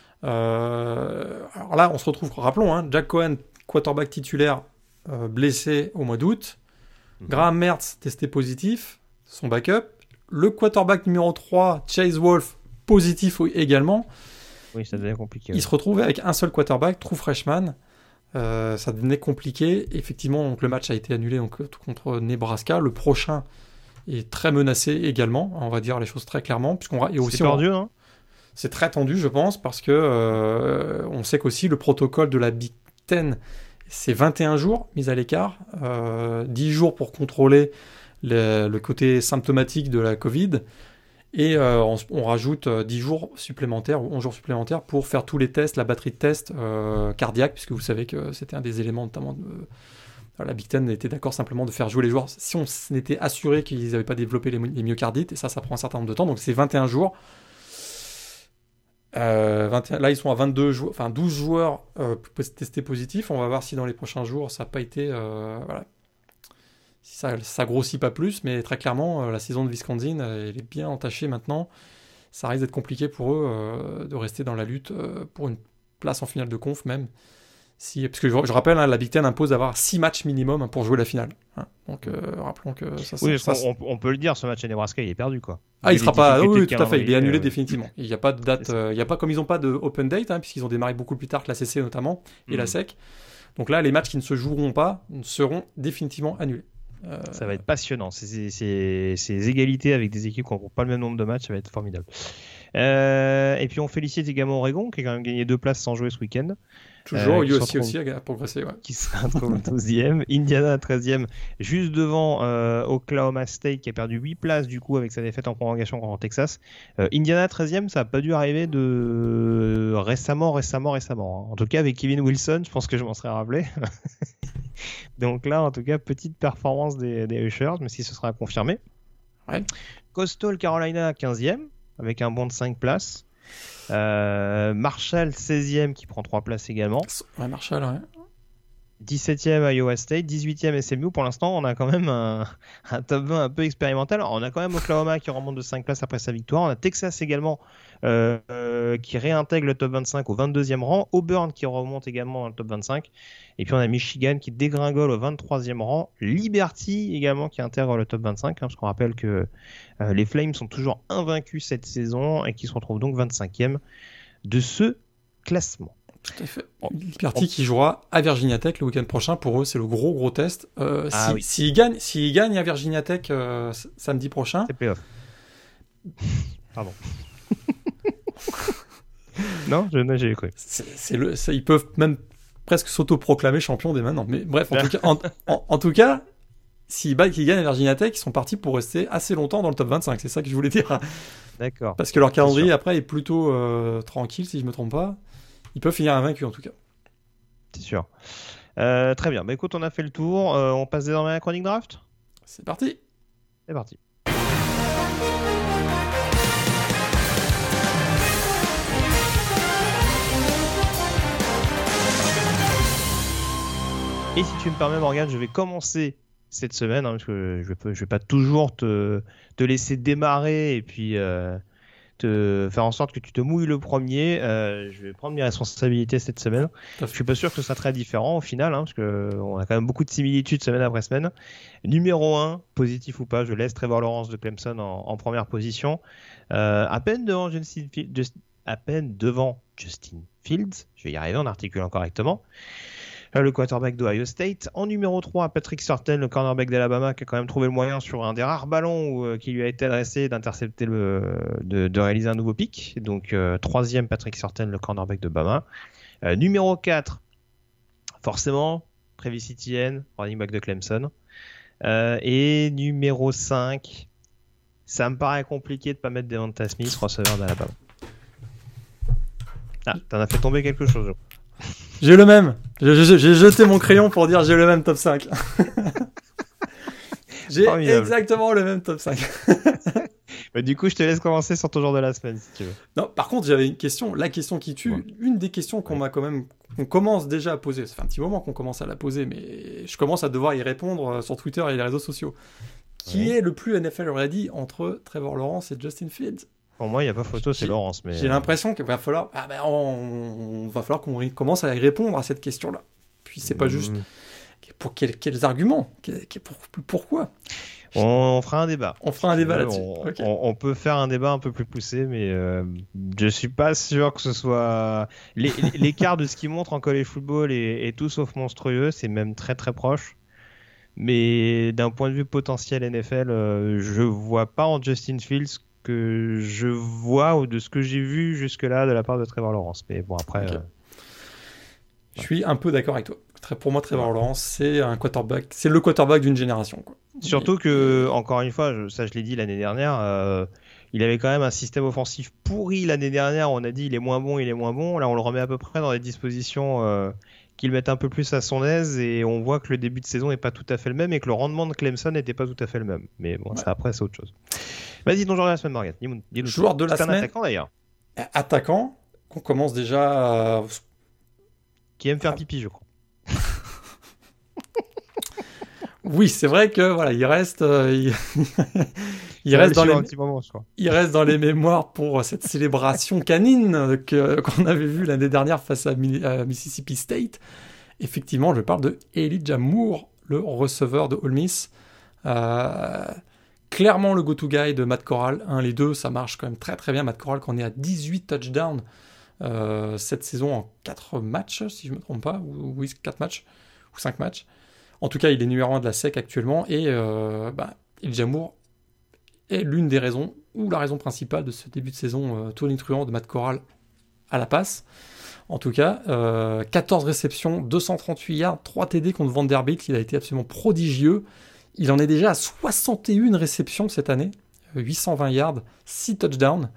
Euh, alors là on se retrouve, rappelons, hein, Jack Cohen, quarterback titulaire, euh, blessé au mois d'août. Graham Mertz testé positif, son backup. Le quarterback numéro trois, Chase Wolf, positif également. Oui, ça devenait compliqué. Il ouais. se retrouvait avec un seul quarterback, true freshman. Euh, ça devenait compliqué. Effectivement, donc, le match a été annulé donc, contre Nebraska. Le prochain est très menacé également. On va dire les choses très clairement. Puisqu'on, et aussi, c'est tendu, on, hein c'est très tendu, je pense, parce que euh, on sait qu'aussi le protocole de la Big Ten, c'est vingt et un jours mis à l'écart, euh, dix jours pour contrôler le, le côté symptomatique de la Covid, Et euh, on, on rajoute dix jours supplémentaires ou onze jours supplémentaires pour faire tous les tests, la batterie de tests euh, cardiaque, puisque vous savez que c'était un des éléments notamment de... La Big Ten était d'accord simplement de faire jouer les joueurs si on s'était assuré qu'ils n'avaient pas développé les, les myocardites, et ça, ça prend un certain nombre de temps, donc c'est vingt et un jours. Euh, vingt et un, là, ils sont à vingt-deux joueurs, enfin douze joueurs euh, testés positifs. On va voir si dans les prochains jours, ça n'a pas été... Euh, voilà. Si ça, ça grossit pas plus, mais très clairement, euh, la saison de Wisconsin, elle est bien entachée maintenant. Ça risque d'être compliqué pour eux euh, de rester dans la lutte euh, pour une place en finale de conf même. Si, parce que je, je rappelle, hein, la Big Ten impose d'avoir six matchs minimum hein, pour jouer la finale. Hein. Donc, euh, rappelons que ça... Oui, ça, ça on, on peut le dire, ce match à Nebraska, il est perdu, quoi. Ah, il, il sera pas... Oui, oui tout à fait, il est annulé euh... définitivement. Il n'y a pas de date... Euh, il y a pas, comme ils n'ont pas de open date, hein, puisqu'ils ont démarré beaucoup plus tard que la C C notamment, et mmh. la S E C. Donc là, les matchs qui ne se joueront pas seront définitivement annulés. Euh... Ça va être passionnant. Ces, ces, ces égalités avec des équipes qui n'ont pas le même nombre de matchs, ça va être formidable. Euh, et puis on félicite également Oregon, qui a quand même gagné deux places sans jouer ce week-end. Toujours, euh, U S C aussi a progressé. Ouais. Qui se retrouve douzième. Indiana treizième, juste devant euh, Oklahoma State, qui a perdu huit places du coup avec sa défaite en prolongation contre Texas. Euh, Indiana treizième, ça n'a pas dû arriver de récemment, récemment, récemment. Hein. En tout cas, avec Kevin Wilson, je pense que je m'en serais rappelé. Donc là, en tout cas, petite performance des, des Ushers, mais si ce sera confirmé. Ouais. Coastal Carolina quinzième, avec un bond de cinq places. Euh, Marshall seizième qui prend trois places également. Ouais, Marshall, ouais. dix-septième Iowa State, dix-huitième S M U. Pour l'instant, on a quand même un, un top vingt un peu expérimental. Alors, on a quand même Oklahoma qui remonte de cinq places après sa victoire. On a Texas également euh, euh, qui réintègre le top vingt-cinq au vingt-deuxième rang. Auburn qui remonte également dans le top vingt-cinq. Et puis on a Michigan qui dégringole au vingt-troisième rang. Liberty également qui intègre le top vingt-cinq. Hein, parce qu'on rappelle que euh, les Flames sont toujours invaincus cette saison et qui se retrouvent donc vingt-cinquième de ce classement. Tout à fait. Liberty qui jouera à Virginia Tech le week-end prochain. Pour eux, c'est le gros gros test. Euh, ah, si, oui. S'ils gagnent, s'ils gagnent à Virginia Tech euh, samedi prochain... C'est playoff. Pardon. Non, je, j'ai cru. C'est, c'est le, c'est, ils peuvent même presque s'auto-proclamer champion dès maintenant. Mais bref, en, tout, cas, en, en, en tout cas, s'ils gagnent à Virginia Tech, ils sont partis pour rester assez longtemps dans le top vingt-cinq. C'est ça que je voulais dire. D'accord. Parce que leur calendrier, après, est plutôt euh, tranquille, si je ne me trompe pas. Ils peuvent finir invaincus, en tout cas. C'est sûr. Euh, très bien. Bah, écoute, on a fait le tour. Euh, on passe désormais à la chronique draft. C'est parti. C'est parti. Et si tu me permets, Morgane, je vais commencer cette semaine, hein, parce que je ne vais, vais pas toujours te, te laisser démarrer et puis euh, te faire en sorte que tu te mouilles le premier. Euh, je vais prendre mes responsabilités cette semaine. Je ne suis pas sûr que ce sera très différent au final, hein, parce qu'on a quand même beaucoup de similitudes semaine après semaine. Numéro un, positif ou pas, je laisse Trevor Lawrence de Clemson en, en première position. Euh, à peine devant Justin Fields, à peine devant Justin Fields, je vais y arriver en articulant correctement. Le quarterback d'Ohio State. En numéro trois, Patrick Surtain, le cornerback d'Alabama, qui a quand même trouvé le moyen sur un des rares ballons où, euh, qui lui a été adressé d'intercepter le, de, de réaliser un nouveau pick. Donc, euh, troisième, Patrick Surtain, le cornerback de Bama. Euh, numéro quatre, forcément, Travis Etienne, running back de Clemson. Euh, et numéro cinq, ça me paraît compliqué de ne pas mettre Devonta Smith, receveur d'Alabama. Ah, t'en as fait tomber quelque chose. J'ai le même. J'ai, j'ai, j'ai jeté mon crayon pour dire j'ai le même top cinq. J'ai formidable. Exactement le même top cinq. Bah, du coup, je te laisse commencer sur ton jour de la semaine, si tu veux. Non, par contre, j'avais une question. La question qui tue, ouais. Une des questions qu'on ouais. m'a quand même, qu'on commence déjà à poser. Ça fait un petit moment qu'on commence à la poser, mais je commence à devoir y répondre sur Twitter et les réseaux sociaux. Qui ouais. est le plus N F L ready entre Trevor Lawrence et Justin Fields? Pour moi, il n'y a pas photo, c'est j'ai, Lawrence. Mais... J'ai l'impression qu'il va falloir, ah ben on, on va falloir qu'on commence à répondre à cette question-là. Puis c'est pas mmh. juste pour quels, quels arguments, quel, quel, pour, pourquoi. On, on fera un débat. On fera un débat là-dessus. On, okay. on, on peut faire un débat un peu plus poussé, mais euh, je suis pas sûr que ce soit Les, l'écart de ce qu'il montre en college football est, est tout sauf monstrueux. C'est même très très proche. Mais d'un point de vue potentiel N F L, euh, je vois pas en Justin Fields que je vois ou de ce que j'ai vu jusque-là de la part de Trevor Lawrence. Mais bon, après... Okay. Euh... Je suis un peu d'accord avec toi. Pour moi, Trevor Lawrence, c'est un quarterback, c'est le quarterback d'une génération, quoi. Surtout que, encore une fois, je, ça je l'ai dit l'année dernière, euh, il avait quand même un système offensif pourri l'année dernière. On a dit il est moins bon, il est moins bon. Là, on le remet à peu près dans des dispositions euh, qui le mettent un peu plus à son aise et on voit que le début de saison n'est pas tout à fait le même et que le rendement de Clemson n'était pas tout à fait le même. Mais bon, ouais. ça après, c'est autre chose. Vas-y, ton joueur de la semaine, Morgan. Dis-nous, dis-nous joueur de la c'est semaine. Un attaquant d'ailleurs. Attaquant, qu'on commence déjà. À... Qui aime faire pipi, je crois. Oui, c'est vrai que voilà, il reste, euh, il, il reste dans les, moment, il reste dans les mémoires pour cette célébration canine que qu'on avait vue l'année dernière face à, à Mississippi State. Effectivement, je parle de Elijah Moore, le receveur de Ole Miss. Euh, clairement le go-to guy de Matt Corral. Hein, les deux, ça marche quand même très très bien. Matt Corral, qu'on est à dix-huit touchdowns euh, cette saison en quatre matchs, si je ne me trompe pas, ou oui, quatre matchs ou cinq matchs. En tout cas, il est numéro un de la S E C actuellement et euh, bah, Elijah Moore est l'une des raisons, ou la raison principale de ce début de saison euh, tonitruant de Matt Corral à la passe. En tout cas, euh, quatorze réceptions, deux cent trente-huit yards, trois T D contre Vanderbilt. Il a été absolument prodigieux. Il en est déjà à soixante et une réceptions cette année, huit cent vingt yards, six touchdowns.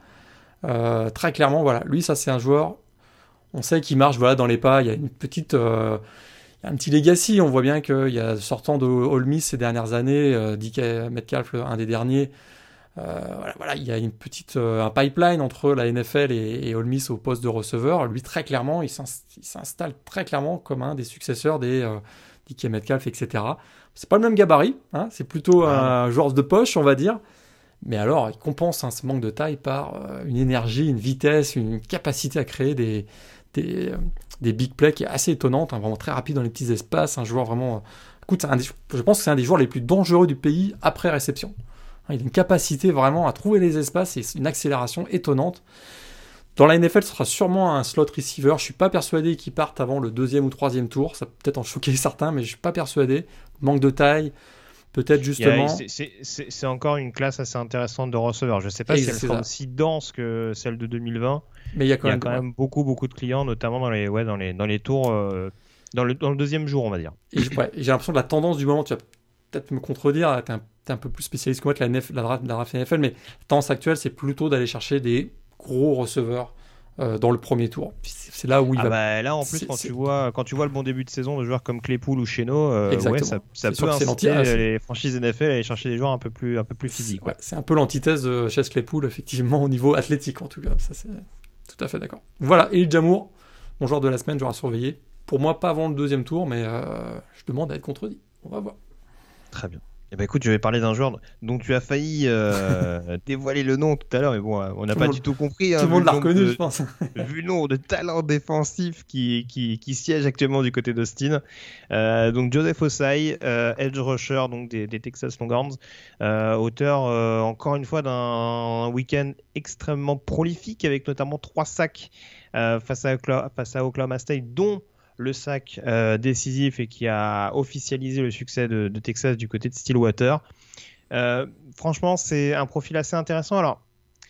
Euh, très clairement, voilà, lui, ça c'est un joueur, on sait qu'il marche voilà, dans les pas. Il y a une petite... Euh, Il y a un petit legacy, on voit bien qu'il y a sortant de Ole Miss ces dernières années, euh, D K Metcalf, un des derniers, euh, voilà, voilà, il y a une petite, euh, un pipeline entre la N F L et, et Ole Miss au poste de receveur. Lui, très clairement, il, il s'installe très clairement comme un des successeurs des euh, D K Metcalf, et cetera. C'est pas le même gabarit, hein, c'est plutôt un, un joueur de poche, on va dire. Mais alors, il compense hein, ce manque de taille par euh, une énergie, une vitesse, une capacité à créer des... des euh, des big plays qui est assez étonnante, hein, vraiment très rapide dans les petits espaces, un joueur vraiment... Écoute, c'est un des... je pense que c'est un des joueurs les plus dangereux du pays après réception. Hein, il a une capacité vraiment à trouver les espaces et une accélération étonnante. Dans la N F L, ce sera sûrement un slot receiver. Je ne suis pas persuadé qu'il parte avant le deuxième ou troisième tour. Ça peut peut-être en choquer certains, mais je ne suis pas persuadé. Manque de taille, peut-être justement... A, c'est, c'est, c'est, c'est encore une classe assez intéressante de receveurs. Je ne sais pas et si elle sera aussi dense que celle de deux mille vingt. Mais il y a quand, il y a même, quand même beaucoup, beaucoup de clients, notamment dans les, ouais, dans les, dans les tours, euh, dans, le, dans le deuxième jour, on va dire. Et ouais, j'ai l'impression que la tendance du moment, tu vas peut-être me contredire, tu es un, un peu plus spécialiste que moi de la, N F, la, draft, la draft N F L, mais la tendance actuelle, c'est plutôt d'aller chercher des gros receveurs euh, dans le premier tour. C'est, c'est là où il ah va. Bah là, en plus, quand tu, vois, quand tu vois le bon début de saison de joueurs comme Claypool ou Cheno, euh, ouais, ça, ça peut inciter les franchises N F L à aller chercher des joueurs un peu plus, un peu plus physiques. Ouais, c'est un peu l'antithèse de Chase Claypool, effectivement, au niveau athlétique, en tout cas. Ça, c'est... Tout à fait d'accord. Voilà, Elijah Moore, mon joueur de la semaine, joueur à surveiller. Pour moi, pas avant le deuxième tour, mais euh, je demande à être contredit. On va voir. Très bien. Eh ben écoute, je vais parler d'un joueur dont tu as failli euh, dévoiler le nom tout à l'heure, mais bon, on n'a pas monde, du tout compris. Tout hein, le monde l'a reconnu, de, je pense. Vu le nombre de talents défensifs qui, qui, qui siègent actuellement du côté d'Austin. Euh, donc Joseph Ossai, euh, edge rusher donc des, des Texas Longhorns, euh, auteur euh, encore une fois d'un week-end extrêmement prolifique avec notamment trois sacs euh, face, à, face à Oklahoma State, dont le sac euh, décisif et qui a officialisé le succès de, de Texas du côté de Stillwater. Euh, franchement, c'est un profil assez intéressant. Alors,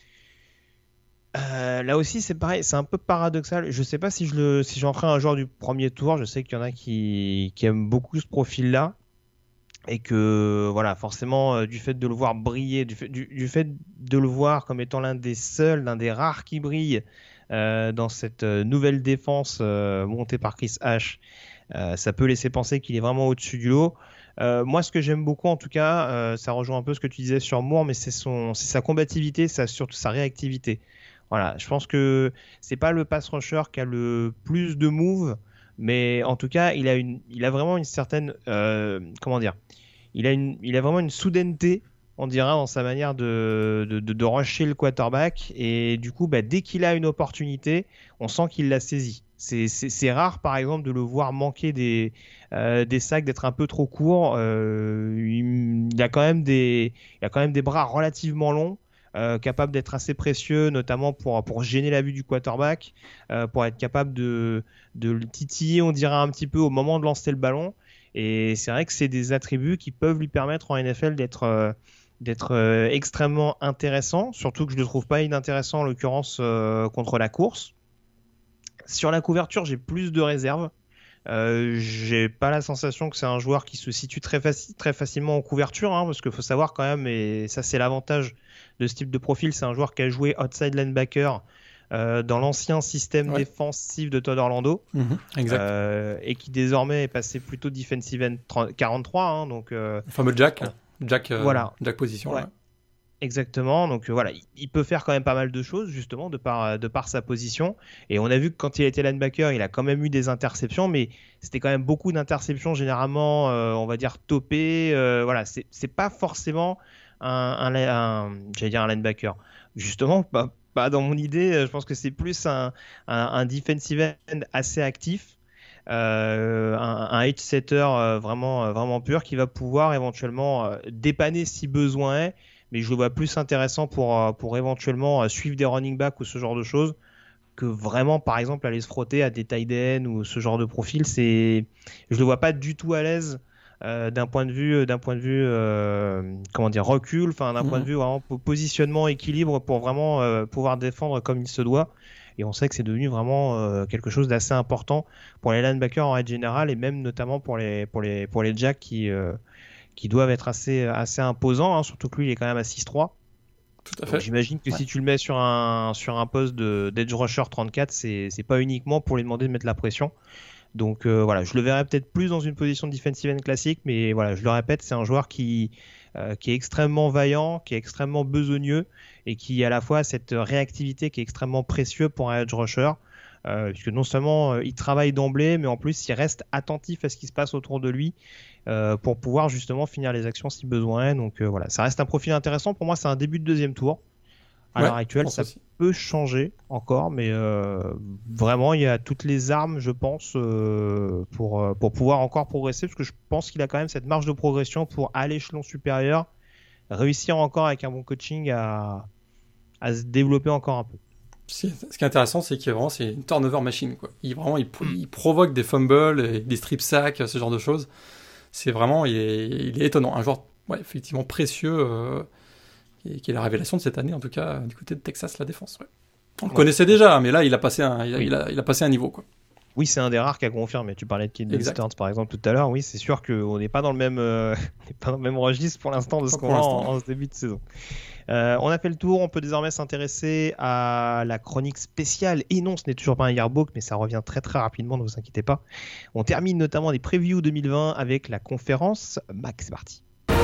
euh, là aussi, c'est pareil, c'est un peu paradoxal. Je ne sais pas si, je le, si j'en ferai un joueur du premier tour. Je sais qu'il y en a qui, qui aiment beaucoup ce profil-là. Et que, voilà, forcément, euh, du fait de le voir briller, du fait, du, du fait de le voir comme étant l'un des seuls, l'un des rares qui brille, Euh, dans cette euh, nouvelle défense euh, montée par Chris Ash, euh, ça peut laisser penser qu'il est vraiment au-dessus du lot. Euh, moi, ce que j'aime beaucoup, en tout cas, euh, ça rejoint un peu ce que tu disais sur Moore, mais c'est, son, c'est sa combativité, c'est surtout sa réactivité. Voilà, je pense que c'est pas le pass rusher qui a le plus de moves, mais en tout cas, il a, une, il a vraiment une certaine, euh, comment dire, il a, une, il a vraiment une soudaineté, on dira, dans sa manière de, de, de, de rusher le quarterback. Et du coup, bah, dès qu'il a une opportunité, on sent qu'il l'a saisi. C'est, c'est, c'est rare, par exemple, de le voir manquer des, euh, des sacs, d'être un peu trop court. Euh, il, il, a quand même des, il a quand même des bras relativement longs, euh, capables d'être assez précieux, notamment pour, pour gêner la vue du quarterback, euh, pour être capable de, de le titiller, on dirait, un petit peu au moment de lancer le ballon. Et c'est vrai que c'est des attributs qui peuvent lui permettre en N F L d'être... Euh, d'être euh, extrêmement intéressant, surtout que je ne le trouve pas inintéressant en l'occurrence euh, contre la course. Sur la couverture, j'ai plus de réserves. Euh, j'ai pas la sensation que c'est un joueur qui se situe très, faci- très facilement en couverture, hein, parce qu'il faut savoir quand même, et ça c'est l'avantage de ce type de profil, c'est un joueur qui a joué outside linebacker euh, dans l'ancien système Ouais. défensif de Todd Orlando, Mm-hmm, exact. euh, et qui désormais est passé plutôt defensive end trente quarante-trois, hein, donc euh, Le fameux Jack, Jack, euh, voilà. Jack position. Ouais. Là. Exactement, donc euh, voilà, il, il peut faire quand même pas mal de choses justement de par, de par sa position, et on a vu que quand il était linebacker, il a quand même eu des interceptions, mais c'était quand même beaucoup d'interceptions généralement, euh, on va dire topées, euh, voilà, c'est, c'est pas forcément un, un, un, j'allais dire un linebacker, justement, pas, pas dans mon idée, je pense que c'est plus un, un, un defensive end assez actif, euh, un, un edge setter euh, vraiment, vraiment pur qui va pouvoir éventuellement euh, dépanner si besoin est, mais je le vois plus intéressant pour, pour éventuellement suivre des running backs ou ce genre de choses que vraiment, par exemple, aller se frotter à des tight ends ou ce genre de profil. C'est... Je le vois pas du tout à l'aise euh, d'un point de vue, d'un point de vue euh, comment dire, recul, enfin, d'un mmh. point de vue vraiment positionnement, équilibre pour vraiment euh, pouvoir défendre comme il se doit. Et on sait que c'est devenu vraiment euh, quelque chose d'assez important pour les linebackers en règle générale et même notamment pour les, pour les, pour les jacks qui... Euh, qui doivent être assez, assez imposants, hein, surtout que lui il est quand même à six trois. Tout à fait. Donc, j'imagine que ouais. si tu le mets sur un, sur un poste de, d'edge rusher trente-quatre, c'est, c'est pas uniquement pour lui demander de mettre la pression. Donc euh, voilà, je le verrais peut-être plus dans une position de defensive end classique, mais voilà, je le répète, c'est un joueur qui, euh, qui est extrêmement vaillant, qui est extrêmement besogneux et qui a à la fois cette réactivité qui est extrêmement précieuse pour un edge rusher. Euh, puisque non seulement euh, il travaille d'emblée, mais en plus il reste attentif à ce qui se passe autour de lui euh, pour pouvoir justement finir les actions si besoin. Donc euh, voilà, ça reste un profil intéressant. Pour moi, c'est un début de deuxième tour. À ouais, l'heure actuelle, ça aussi. peut changer encore, mais euh, vraiment, il y a toutes les armes, je pense, euh, pour, pour pouvoir encore progresser, parce que je pense qu'il a quand même cette marge de progression pour à l'échelon supérieur, réussir encore avec un bon coaching à, à se développer encore un peu. Ce qui est intéressant, c'est qu'il vraiment, c'est une turnover machine, quoi. Il, vraiment, il, il provoque des fumbles, et des strip sacks, ce genre de choses. C'est vraiment, il est, il est étonnant. Un joueur, ouais, effectivement précieux, euh, qui, qui est la révélation de cette année, en tout cas, du côté de Texas, la défense. Ouais. On le ouais. connaissait déjà, mais là, il a passé un, il a, oui. il a, il a passé un niveau, quoi. Oui, c'est un des rares qui a confirmé. Tu parlais de Kid Stearns, par exemple, tout à l'heure. Oui, c'est sûr qu'on n'est pas dans le même, euh, on n'est pas dans le même registre pour l'instant de ce qu'on a en, en ce début de saison. Euh, on a fait le tour, on peut désormais s'intéresser à la chronique spéciale. Et non, ce n'est toujours pas un yearbook, mais ça revient très très rapidement, ne vous inquiétez pas. On termine notamment des previews deux mille vingt avec la conférence Mac. C'est parti.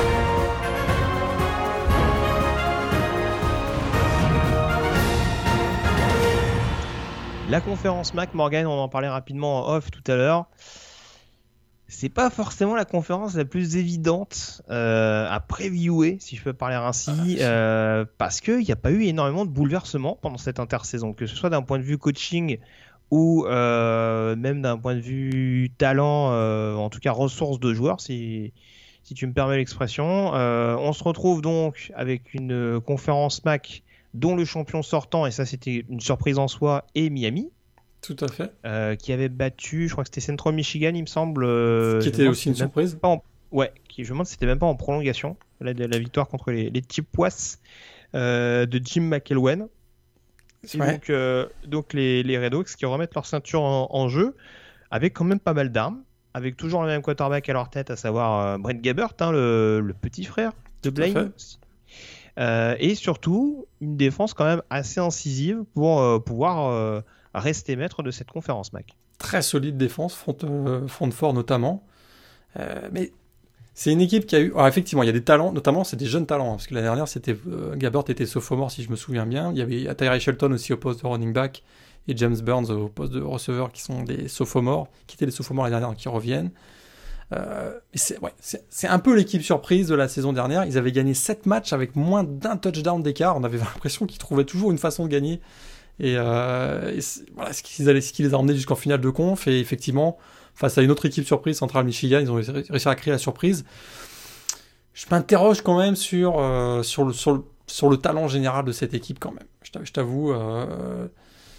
La conférence Mac, Morgan, on en parlait rapidement en off tout à l'heure. C'est pas forcément la conférence la plus évidente euh, à previewer, si je peux parler ainsi, euh, parce qu'il n'y a pas eu énormément de bouleversements pendant cette intersaison, que ce soit d'un point de vue coaching ou euh, même d'un point de vue talent, euh, en tout cas ressources de joueurs, si, si tu me permets l'expression. Euh, on se retrouve donc avec une conférence Mac dont le champion sortant, et ça c'était une surprise en soi, est Miami. Tout à fait. Euh, qui avait battu, je crois que c'était Central Michigan, il me semble. Euh, qui était aussi une surprise. En, ouais, qui, je me demande si c'était même pas en prolongation, la, la victoire contre les, les Chippewas euh, de Jim McElwain. Et ouais. donc, euh, donc les, les Red Hawks qui remettent leur ceinture en, en jeu, avec quand même pas mal d'armes, avec toujours le même quarterback à leur tête, à savoir euh, Brett Gabbert, hein, le, le petit frère de Blaine. Euh, et surtout, une défense quand même assez incisive pour euh, pouvoir euh, rester maître de cette conférence Mac. Très solide défense, front, euh, front fort notamment. Euh, mais c'est une équipe qui a eu... Alors effectivement, il y a des talents, notamment c'est des jeunes talents, hein, parce que l'année dernière, c'était euh, Gabbert était sophomore, si je me souviens bien. Il y avait Tyree Shelton aussi au poste de running back et James Burns au poste de receveur, qui sont des sophomores, qui étaient des sophomores l'année dernière, qui reviennent. Euh, mais c'est, ouais, c'est, c'est un peu l'équipe surprise de la saison dernière. Ils avaient gagné sept matchs avec moins d'un touchdown d'écart. On avait l'impression qu'ils trouvaient toujours une façon de gagner. Et, euh, et voilà ce qui, allaient, ce qui les a emmenés jusqu'en finale de conf. Et effectivement, face à une autre équipe surprise, Central Michigan, ils ont réussi à créer la surprise. Je m'interroge quand même sur, euh, sur, le, sur, le, sur le talent général de cette équipe quand même. Je, je t'avoue... Euh,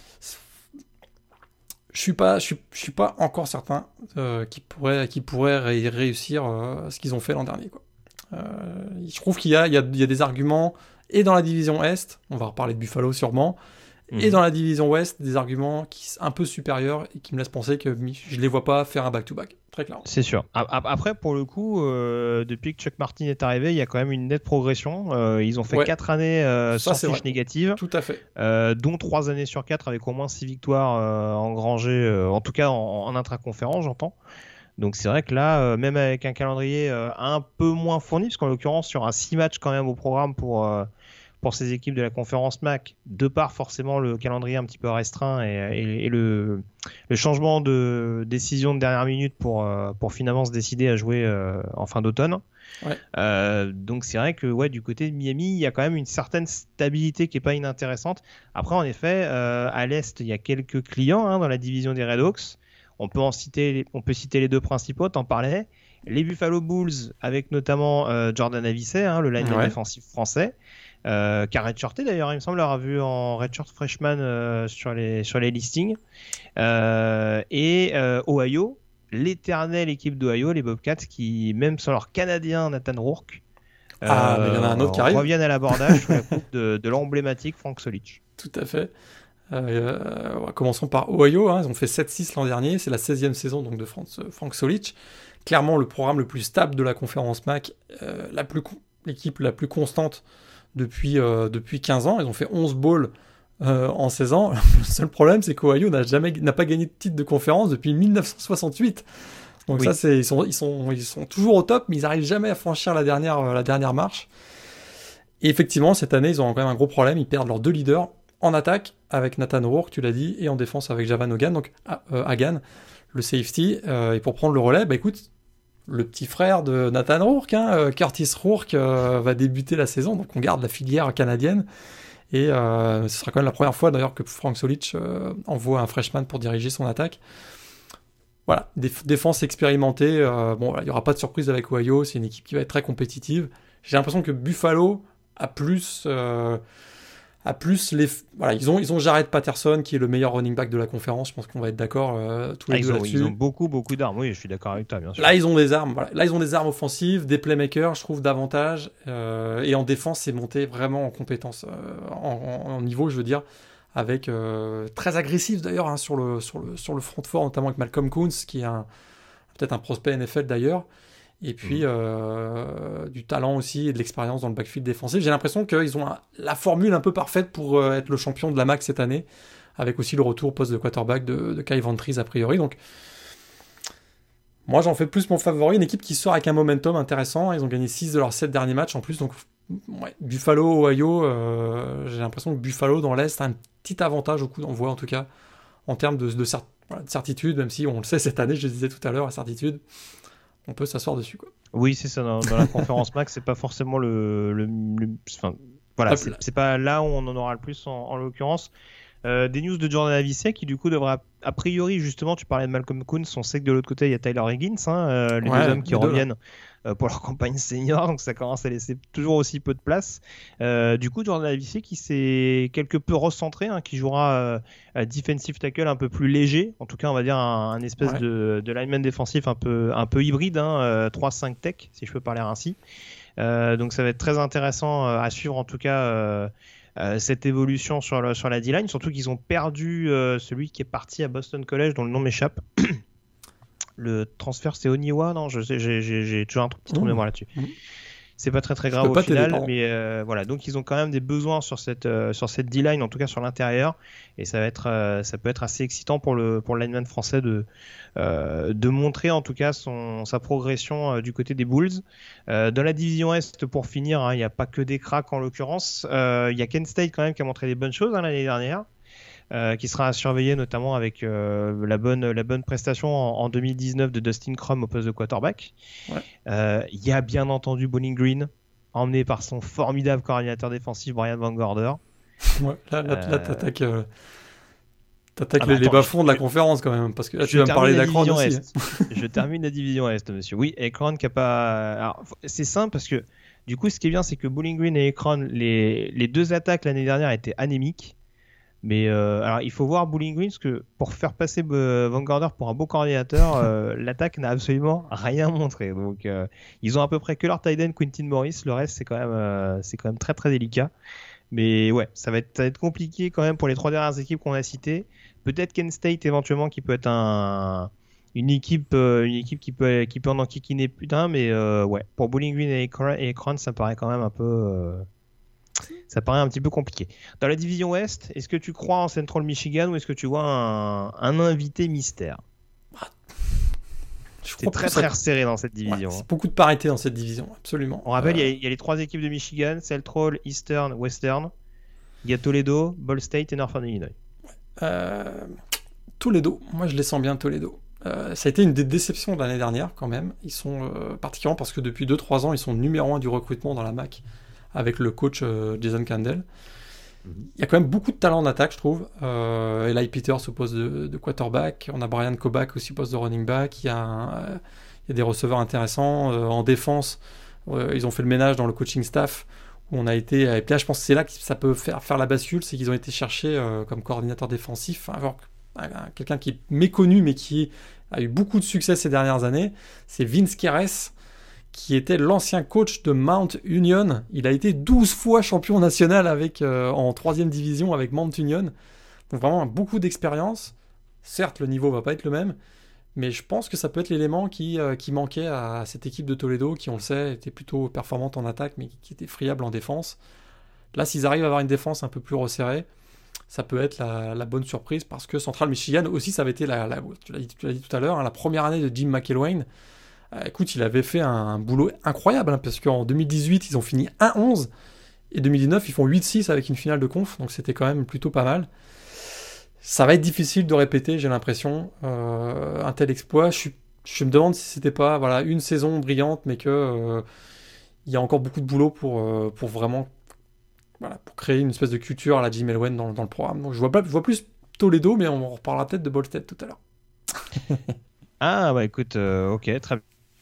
Je suis pas, je suis, je suis pas encore certain euh, qu'ils pourraient, qu'ils pourraient ré- réussir euh, ce qu'ils ont fait l'an dernier, quoi. Euh, je trouve qu'il y a, il y a, il y a des arguments et dans la division Est, on va reparler de Buffalo sûrement, Mmh. Et dans la division Ouest, des arguments qui sont un peu supérieurs et qui me laissent penser que je les vois pas faire un back-to-back, très clairement. C'est sûr. Après, pour le coup, euh, depuis que Chuck Martin est arrivé, il y a quand même une nette progression. Euh, ils ont fait quatre ouais. années euh, sans fiche négative. Tout à fait. Euh, dont trois années sur quatre avec au moins six victoires euh, engrangées, euh, en tout cas en, en intra-conférence, j'entends. Donc c'est vrai que là, euh, même avec un calendrier euh, un peu moins fourni, parce qu'en l'occurrence, sur un six matchs quand même au programme pour... Euh, pour ces équipes de la conférence M A C, de par forcément le calendrier un petit peu restreint et, et, et le, le changement de décision de dernière minute pour, pour finalement se décider à jouer euh, en fin d'automne. Ouais. Euh, donc c'est vrai que ouais, du côté de Miami, il y a quand même une certaine stabilité qui n'est pas inintéressante. Après, en effet, euh, à l'Est, il y a quelques clients hein, dans la division des Redhawks. On peut, en citer, on peut citer les deux principaux, t'en parlais. Les Buffalo Bulls, avec notamment euh, Jordan Avicet, hein, le lineman ouais. défensif français. Euh, qui a redshirté d'ailleurs, il me semble l'avoir vu en redshirt freshman euh, sur, les, sur les listings. Euh, et euh, Ohio, l'éternelle équipe d'Ohio, les Bobcats, qui, même sans leur Canadien Nathan Rourke, ah, euh, mais il y en a un autre qui arrive. reviennent à l'abordage sous la coupe de, de l'emblématique Frank Solich. Tout à fait. Euh, commençons par Ohio, hein. Ils ont fait sept six l'an dernier, c'est la seizième saison donc, de Frank, Frank Solich. Clairement, le programme le plus stable de la conférence M A C, euh, la plus, l'équipe la plus constante depuis, euh, depuis quinze ans. Ils ont fait onze bowls euh, en seize ans. Le seul problème, c'est qu'Ohio n'a, jamais, n'a pas gagné de titre de conférence depuis dix-neuf cent soixante-huit. Donc oui. ça, c'est, ils, sont, ils, sont, ils sont toujours au top, mais ils n'arrivent jamais à franchir la dernière, la dernière marche. Et effectivement, cette année, ils ont quand même un gros problème. Ils perdent leurs deux leaders en attaque avec Nathan Rourke, tu l'as dit, et en défense avec Javan Hogan, donc euh, Hagan, le safety. Euh, et pour prendre le relais, bah écoute, le petit frère de Nathan Rourke, hein, Curtis Rourke, euh, va débuter la saison, donc on garde la filière canadienne. Et euh, ce sera quand même la première fois d'ailleurs que Frank Solich euh, envoie un freshman pour diriger son attaque. Voilà, Déf- défense expérimentée. Euh, bon, il n'y aura pas de surprise avec Ohio, c'est une équipe qui va être très compétitive. J'ai l'impression que Buffalo a plus... Euh, a plus les... Voilà, ils ont, ils ont Jared Patterson, qui est le meilleur running back de la conférence. Je pense qu'on va être d'accord euh, tous les ah, deux ils ont, là-dessus. Ils ont beaucoup, beaucoup d'armes. Oui, je suis d'accord avec toi, bien sûr. Là, ils ont des armes. Voilà. Là, ils ont des armes offensives, des playmakers, je trouve, davantage. Euh, et en défense, c'est monté vraiment en compétence, euh, en, en, en niveau, je veux dire, avec euh, très agressif d'ailleurs hein, sur, le, sur, le, sur le front fort, notamment avec Malcolm Kuntz, qui est un, peut-être un prospect N F L d'ailleurs. Et puis, mmh. euh, du talent aussi et de l'expérience dans le backfield défensif. J'ai l'impression qu'ils ont un, la formule un peu parfaite pour euh, être le champion de la M A C cette année, avec aussi le retour au poste de quarterback de, de Kai Vantries a priori. Donc, moi, j'en fais plus mon favori. Une équipe qui sort avec un momentum intéressant. Ils ont gagné six de leurs sept derniers matchs en plus. Donc, ouais, Buffalo, Ohio, euh, j'ai l'impression que Buffalo, dans l'Est, a un petit avantage au coup d'envoi, en tout cas, en termes de, de, cer- voilà, de certitude, même si on le sait cette année, je le disais tout à l'heure, la certitude. On peut s'asseoir dessus, quoi. Oui, c'est ça. Dans, dans la conférence M A C, c'est pas forcément le, le, le enfin, voilà, ah, c'est, c'est pas là où on en aura le plus en, en l'occurrence. Euh, des news de Jordan Avicet qui du coup devra a priori justement, tu parlais de Malcolm Kuntz, on sait que de l'autre côté il y a Tyler Higgins, hein, euh, les ouais, deux hommes qui reviennent euh, pour leur campagne senior, donc ça commence à laisser toujours aussi peu de place. Euh, du coup Jordan Avicet qui s'est quelque peu recentré, hein, qui jouera euh, defensive tackle un peu plus léger, en tout cas on va dire un, un espèce ouais. de, de lineman défensif un peu, un peu hybride, hein, euh, trois cinq tech si je peux parler ainsi. Euh, donc ça va être très intéressant euh, à suivre en tout cas euh, Euh, cette évolution sur, le, sur la D-line, surtout qu'ils ont perdu euh, celui qui est parti à Boston College dont le nom m'échappe. Le transfert c'est Oniwa, non, je sais, j'ai, j'ai, j'ai toujours un petit trou de mémoire là-dessus. Mmh. C'est pas très très grave au final, mais euh, voilà, donc ils ont quand même des besoins sur cette euh, sur cette D-line, en tout cas sur l'intérieur, et ça va être euh, ça peut être assez excitant pour le pour le lineman français de euh, de montrer en tout cas son sa progression euh, du côté des Bulls. Euh, dans la division Est, pour finir, il hein, n'y a pas que des cracks en l'occurrence. Il euh, y a Kent State quand même qui a montré des bonnes choses hein, l'année dernière. Euh, qui sera à surveiller notamment avec euh, la bonne la bonne prestation en, en deux mille dix-neuf de Dustin Crum au poste de quarterback. Il ouais. euh, y a bien entendu Bowling Green, emmené par son formidable coordinateur défensif Brian Van Gorder. Ouais, là, là, euh... là t'attaques, euh... t'attaques ah bah, les, les bas-fonds de la conférence quand même, parce que là tu vas me parler d'Akron aussi. Je termine la division Est, monsieur. Oui, Akron qui a pas. Alors, c'est simple parce que du coup, ce qui est bien, c'est que Bowling Green et Akron, les les deux attaques l'année dernière étaient anémiques. Mais euh, alors il faut voir Bowling Green parce que pour faire passer euh, Van Gorder pour un beau coordinateur, euh, l'attaque n'a absolument rien montré. Donc euh, ils ont à peu près que leur tight end Quentin Morris, le reste c'est quand même euh, c'est quand même très très délicat. Mais ouais, ça va, être, ça va être compliqué quand même pour les trois dernières équipes qu'on a citées. Peut-être Kent State éventuellement qui peut être un, une, équipe, euh, une équipe qui peut, qui peut en enquiquiner plus d'un, mais euh, ouais, pour Bowling Green et Akron, ça paraît quand même un peu... Euh, ça paraît un petit peu compliqué. Dans la division Ouest, est-ce que tu crois en Central Michigan ou est-ce que tu vois un, un invité mystère? C'est très très resserré dans cette division. Ouais, c'est beaucoup de parité dans cette division, absolument. On rappelle, il euh... y, y a les trois équipes de Michigan, Central, Eastern, Western. Il y a Toledo, Ball State et Northern Illinois. Euh... Toledo, moi je les sens bien Toledo. Euh, ça a été une des déceptions de l'année dernière quand même. Ils sont euh, particulièrement parce que depuis deux trois ans, ils sont numéro un du recrutement dans la M A C avec le coach euh, Jason Candle. Il y a quand même beaucoup de talent en attaque, je trouve. Euh, Eli Peters au poste de, de quarterback. On a Brian Kobach aussi au poste de running back. Il y a, un, euh, il y a des receveurs intéressants. Euh, en défense, euh, ils ont fait le ménage dans le coaching staff. Où on a été, et puis là, je pense que c'est là que ça peut faire, faire la bascule. C'est qu'ils ont été cherchés euh, comme coordinateur défensif. Hein, genre, quelqu'un qui est méconnu, mais qui a eu beaucoup de succès ces dernières années. C'est Vince Keres, qui était l'ancien coach de Mount Union. Il a été douze fois champion national avec, euh, en troisième division avec Mount Union. Donc vraiment beaucoup d'expérience. Certes, le niveau va pas être le même, mais je pense que ça peut être l'élément qui, euh, qui manquait à cette équipe de Toledo, qui, on le sait, était plutôt performante en attaque, mais qui était friable en défense. Là, s'ils arrivent à avoir une défense un peu plus resserrée, ça peut être la, la bonne surprise, parce que Central Michigan aussi, ça avait été, la, la, tu, l'as dit, tu l'as dit tout à l'heure, hein, la première année de Jim McElwain. Euh, écoute, il avait fait un, un boulot incroyable, hein, parce qu'en deux mille dix-huit, ils ont fini un onze, et deux mille dix-neuf, ils font huit six avec une finale de conf, donc c'était quand même plutôt pas mal. Ça va être difficile de répéter, j'ai l'impression, euh, un tel exploit. Je, je me demande si c'était pas voilà, une saison brillante, mais qu'il euh, y a encore beaucoup de boulot pour, euh, pour vraiment voilà, pour créer une espèce de culture à la Jim Elway dans, dans le programme. Donc je vois, pas, je vois plus Toledo, mais on reparlera peut-être de Ball State tout à l'heure. Ah bah écoute, euh, ok, très bien.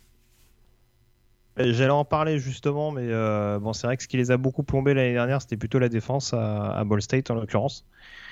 J'allais en parler justement, mais euh, bon, c'est vrai que ce qui les a beaucoup plombés l'année dernière, c'était plutôt la défense à, à Ball State en l'occurrence.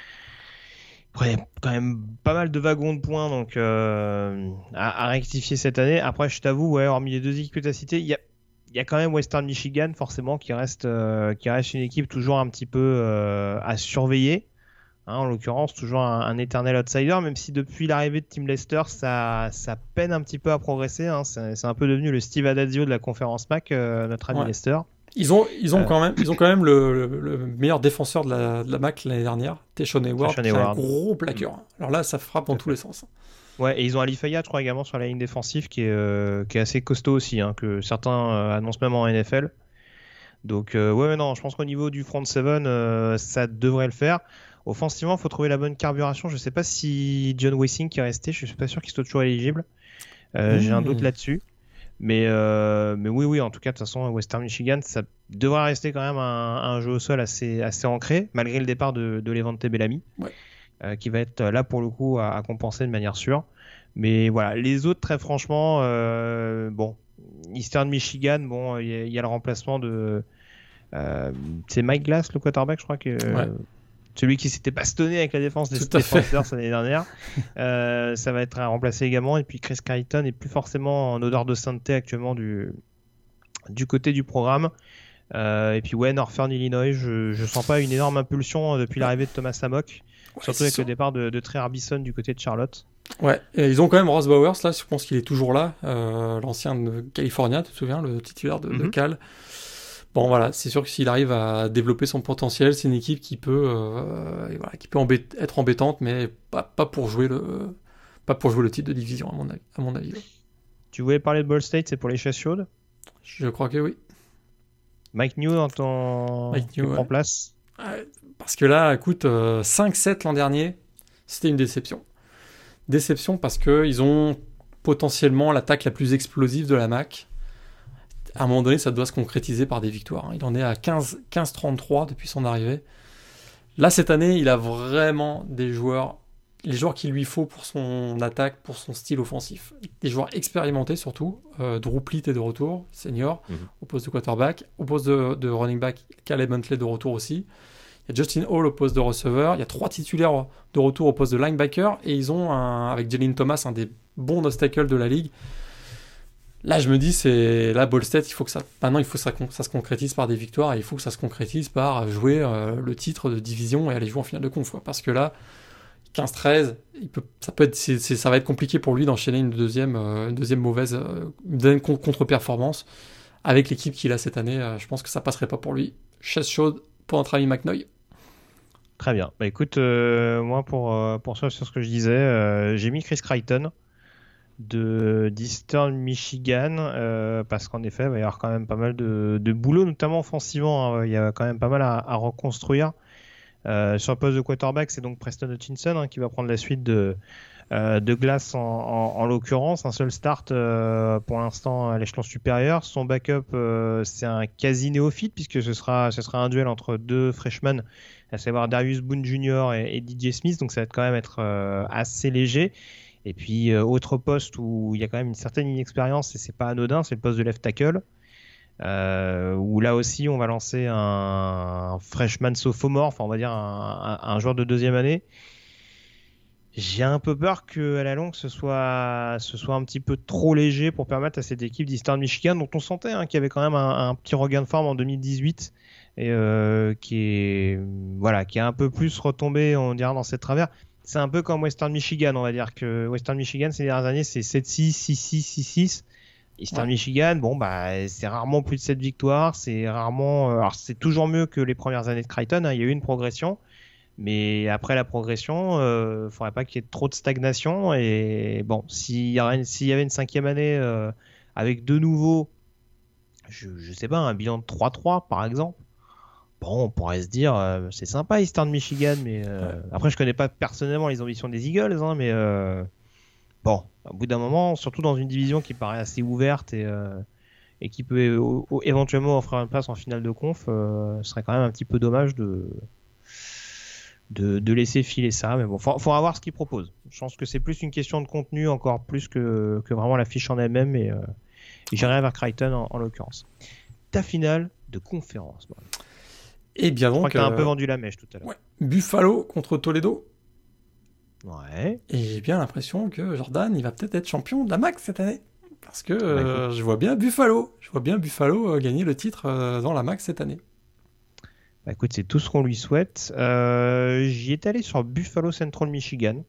Après, il y a quand même pas mal de wagons de points donc euh, à, à rectifier cette année. Après, je t'avoue, ouais, hormis les deux équipes que tu as citées, il y a, y a quand même Western Michigan forcément qui reste, euh, qui reste une équipe toujours un petit peu euh, à surveiller. Hein, en l'occurrence, toujours un, un éternel outsider, même si depuis l'arrivée de Tim Lester, ça, ça peine un petit peu à progresser. Hein. C'est, c'est un peu devenu le Steve Adazio de la conférence M A C, euh, notre ami ouais. Lester. Ils ont, ils ont euh... quand même, ils ont quand même le, le, le meilleur défenseur de la, de la M A C l'année dernière, Teshon Hayward, qui est un gros plaqueur. Alors là, ça frappe dans tous les sens. Ouais, et ils ont Ali Faya, je crois, également sur la ligne défensive, qui est, euh, qui est assez costaud aussi, hein, que certains euh, annoncent même en N F L. Donc, euh, ouais, non, je pense qu'au niveau du front seven, euh, ça devrait le faire. Offensivement, il faut trouver la bonne carburation. Je ne sais pas si John Wessing qui est resté, je ne suis pas sûr qu'il soit toujours éligible. Euh, mmh. J'ai un doute là-dessus. Mais, euh, mais oui, oui, en tout cas, de toute façon, Western Michigan, ça devrait rester quand même un, un jeu au sol assez, assez ancré, malgré le départ de, de Levante Bellamy, ouais. euh, qui va être là pour le coup à, à compenser de manière sûre. Mais voilà, les autres, très franchement, euh, bon, Eastern Michigan, bon, il y, y a le remplacement de. Euh, c'est Mike Glass, le quarterback, je crois que. Ouais. Celui qui s'était bastonné avec la défense des Panthers l'année dernière. euh, ça va être remplacé également. Et puis Chris Carrington n'est plus forcément en odeur de sainteté actuellement du, du côté du programme. Euh, et puis ouais, Northern Illinois, je ne sens pas une énorme impulsion depuis l'arrivée de Thomas Samok. Ouais, surtout avec sûr. le départ de, de Trey Harbison du côté de Charlotte. Ouais, et ils ont quand même Ross Bowers, là, je pense qu'il est toujours là. Euh, l'ancien de California, tu te souviens, le titulaire de, mm-hmm. de Cal. Bon voilà, c'est sûr que s'il arrive à développer son potentiel, c'est une équipe qui peut, euh, voilà, qui peut embê- être embêtante, mais pas, pas pour jouer le, pas pour jouer le titre de division à mon avis. À mon avis ouais. Tu voulais parler de Ball State, c'est pour les chaises chaudes ? Je crois que oui. Mike New dans ton Mike New, ouais. en place. Ouais, parce que là, écoute, euh, cinq sept l'an dernier, c'était une déception. Déception parce que ils ont potentiellement l'attaque la plus explosive de la M A C. À un moment donné, ça doit se concrétiser par des victoires. Il en est à quinze trente-trois depuis son arrivée. Là, cette année, il a vraiment des joueurs, les joueurs qu'il lui faut pour son attaque, pour son style offensif. Des joueurs expérimentés surtout. Euh, Drew Plitt est de retour, senior, mm-hmm. au poste de quarterback. Au poste de, de running back, Caleb Huntley de retour aussi. Il y a Justin Hall au poste de receveur. Il y a trois titulaires de retour au poste de linebacker. Et ils ont, un, avec Jalen Thomas, un des bons nose tackles de la ligue. Là, je me dis, c'est là, Ball State, il faut que ça, maintenant, il faut que ça, ça se concrétise par des victoires et il faut que ça se concrétise par jouer euh, le titre de division et aller jouer en finale de conf. Quoi. Parce que là, quinze treize, il peut, ça, peut être, c'est, c'est, ça va être compliqué pour lui d'enchaîner une deuxième, euh, une deuxième mauvaise euh, une deuxième contre-performance avec l'équipe qu'il a cette année. Euh, je pense que ça passerait pas pour lui. Chaise chaude pour notre ami McNoy. Très bien. Bah écoute, euh, moi pour, euh, pour ça, sur ce que je disais, euh, j'ai mis Chris Creighton de d'Eastern Michigan euh, parce qu'en effet, il va y avoir quand même pas mal de, de boulot, notamment offensivement. Hein. Il y a quand même pas mal à, à reconstruire. Euh, sur le poste de quarterback, c'est donc Preston Hutchinson hein, qui va prendre la suite de, euh, de Glass en, en, en l'occurrence. Un seul start euh, pour l'instant à l'échelon supérieur. Son backup, euh, c'est un quasi néophyte puisque ce sera, ce sera un duel entre deux freshmen, à savoir Darius Boone junior et, et D J Smith. Donc ça va être quand même être euh, assez léger. Et puis, euh, autre poste où il y a quand même une certaine inexpérience, et c'est pas anodin, c'est le poste de left tackle, euh, où là aussi, on va lancer un, un freshman sophomore, enfin, on va dire un, un, un joueur de deuxième année. J'ai un peu peur qu'à la longue, ce soit, ce soit un petit peu trop léger pour permettre à cette équipe d'Eastern Michigan, dont on sentait hein, qu'il y avait quand même un, un petit regain de forme en deux mille dix-huit, et euh, qui est, voilà, qui est un peu plus retombé, on dirait, dans cette travers. C'est un peu comme Western Michigan, on va dire que Western Michigan ces dernières années c'est sept six, six six, six six. Eastern ouais. Michigan, bon bah c'est rarement plus de sept victoires, c'est rarement, alors c'est toujours mieux que les premières années de Creighton, hein, il y a eu une progression, mais après la progression, euh, faudrait pas qu'il y ait trop de stagnation et bon s'il y, une, s'il y avait une cinquième année euh, avec de nouveau, je, je sais pas, un bilan de trois trois par exemple. Bon, on pourrait se dire, euh, c'est sympa Eastern Michigan, mais euh, ouais. Après je connais pas personnellement les ambitions des Eagles, hein, mais euh, bon, au bout d'un moment, surtout dans une division qui paraît assez ouverte et, euh, et qui peut é- é- éventuellement offrir une place en finale de conf, euh, ce serait quand même un petit peu dommage de, de, de laisser filer ça. Mais bon, il faudra voir ce qu'ils proposent. Je pense que c'est plus une question de contenu encore plus que, que vraiment la fiche en elle-même, et, euh, et j'irai vers Creighton en, en l'occurrence. Ta finale de conférence. Bon. Et bien donc, je crois que t'as euh, un peu vendu la mèche tout à l'heure. Ouais. Buffalo contre Toledo. Ouais. Et j'ai bien l'impression que Jordan, il va peut-être être champion de la M A C cette année. Parce que euh, je vois bien Buffalo. Je vois bien Buffalo euh, gagner le titre euh, dans la M A C cette année. Bah écoute, c'est tout ce qu'on lui souhaite. Euh, j'y étais allé sur Buffalo Central Michigan.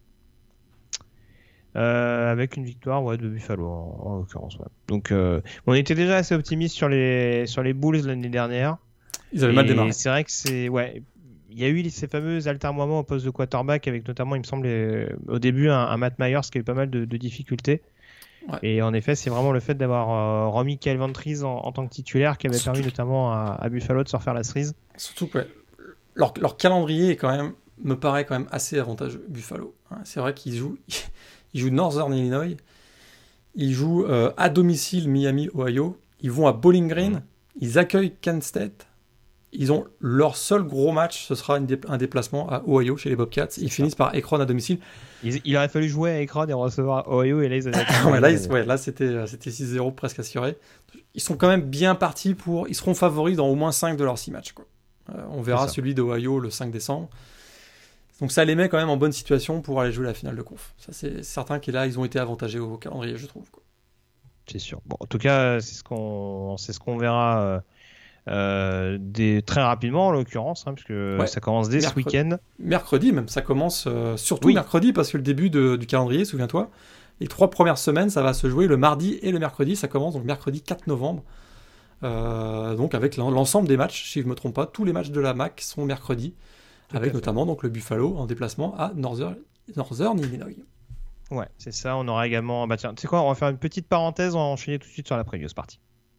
Euh, avec une victoire ouais, de Buffalo en, en l'occurrence. Ouais. Donc euh, on était déjà assez optimiste sur les, sur les Bulls l'année dernière. Ils avaient et mal démarré. C'est vrai que c'est ouais, il y a eu ces fameux altermoiements au poste de quarterback avec notamment, il me semble, les, au début un, un Matt Myers qui a eu pas mal de, de difficultés. Ouais. Et en effet, c'est vraiment le fait d'avoir euh, remis Kyle Ventries en, en tant que titulaire qui avait Surtout permis notamment à, à Buffalo de se refaire la cerise. Surtout que ouais, leur, leur calendrier est quand même, me paraît quand même assez avantageux, Buffalo. Hein, c'est vrai qu'ils jouent, ils jouent Northern Illinois, ils jouent euh, à domicile Miami, Ohio, ils vont à Bowling Green, mmh. ils accueillent Kent State. Ils ont leur seul gros match, ce sera une dé- un déplacement à Ohio chez les Bobcats. Ils finissent par Akron à domicile. Il, il aurait fallu jouer à Akron et recevoir Ohio et là ils avaient ouais, là, ils, ouais, là c'était, c'était six zéro presque assuré. Ils sont quand même bien partis pour. Ils seront favoris dans au moins cinq de leurs six matchs. Quoi. Euh, on verra celui d'Ohio le cinq décembre. Donc ça les met quand même en bonne situation pour aller jouer la finale de conf. Ça c'est certain que là ils ont été avantagés au calendrier, je trouve. Quoi. C'est sûr. Bon, en tout cas, c'est ce qu'on, c'est ce qu'on verra. Euh... Euh, des, très rapidement en l'occurrence, hein, puisque ouais. ça commence dès mercredi, ce week-end. Mercredi même, ça commence euh, surtout oui. mercredi parce que le début de, du calendrier, souviens-toi, les trois premières semaines, ça va se jouer le mardi et le mercredi. Ça commence donc mercredi quatre novembre. Euh, donc avec l'ensemble des matchs, si je ne me trompe pas, tous les matchs de la M A C sont mercredi, tout avec notamment donc le Buffalo en déplacement à Northern, Northern Illinois. Ouais, c'est ça. On aura également. Bah tiens, tu sais quoi, on va faire une petite parenthèse, on va enchaîner tout de suite sur la preview. C'est parti.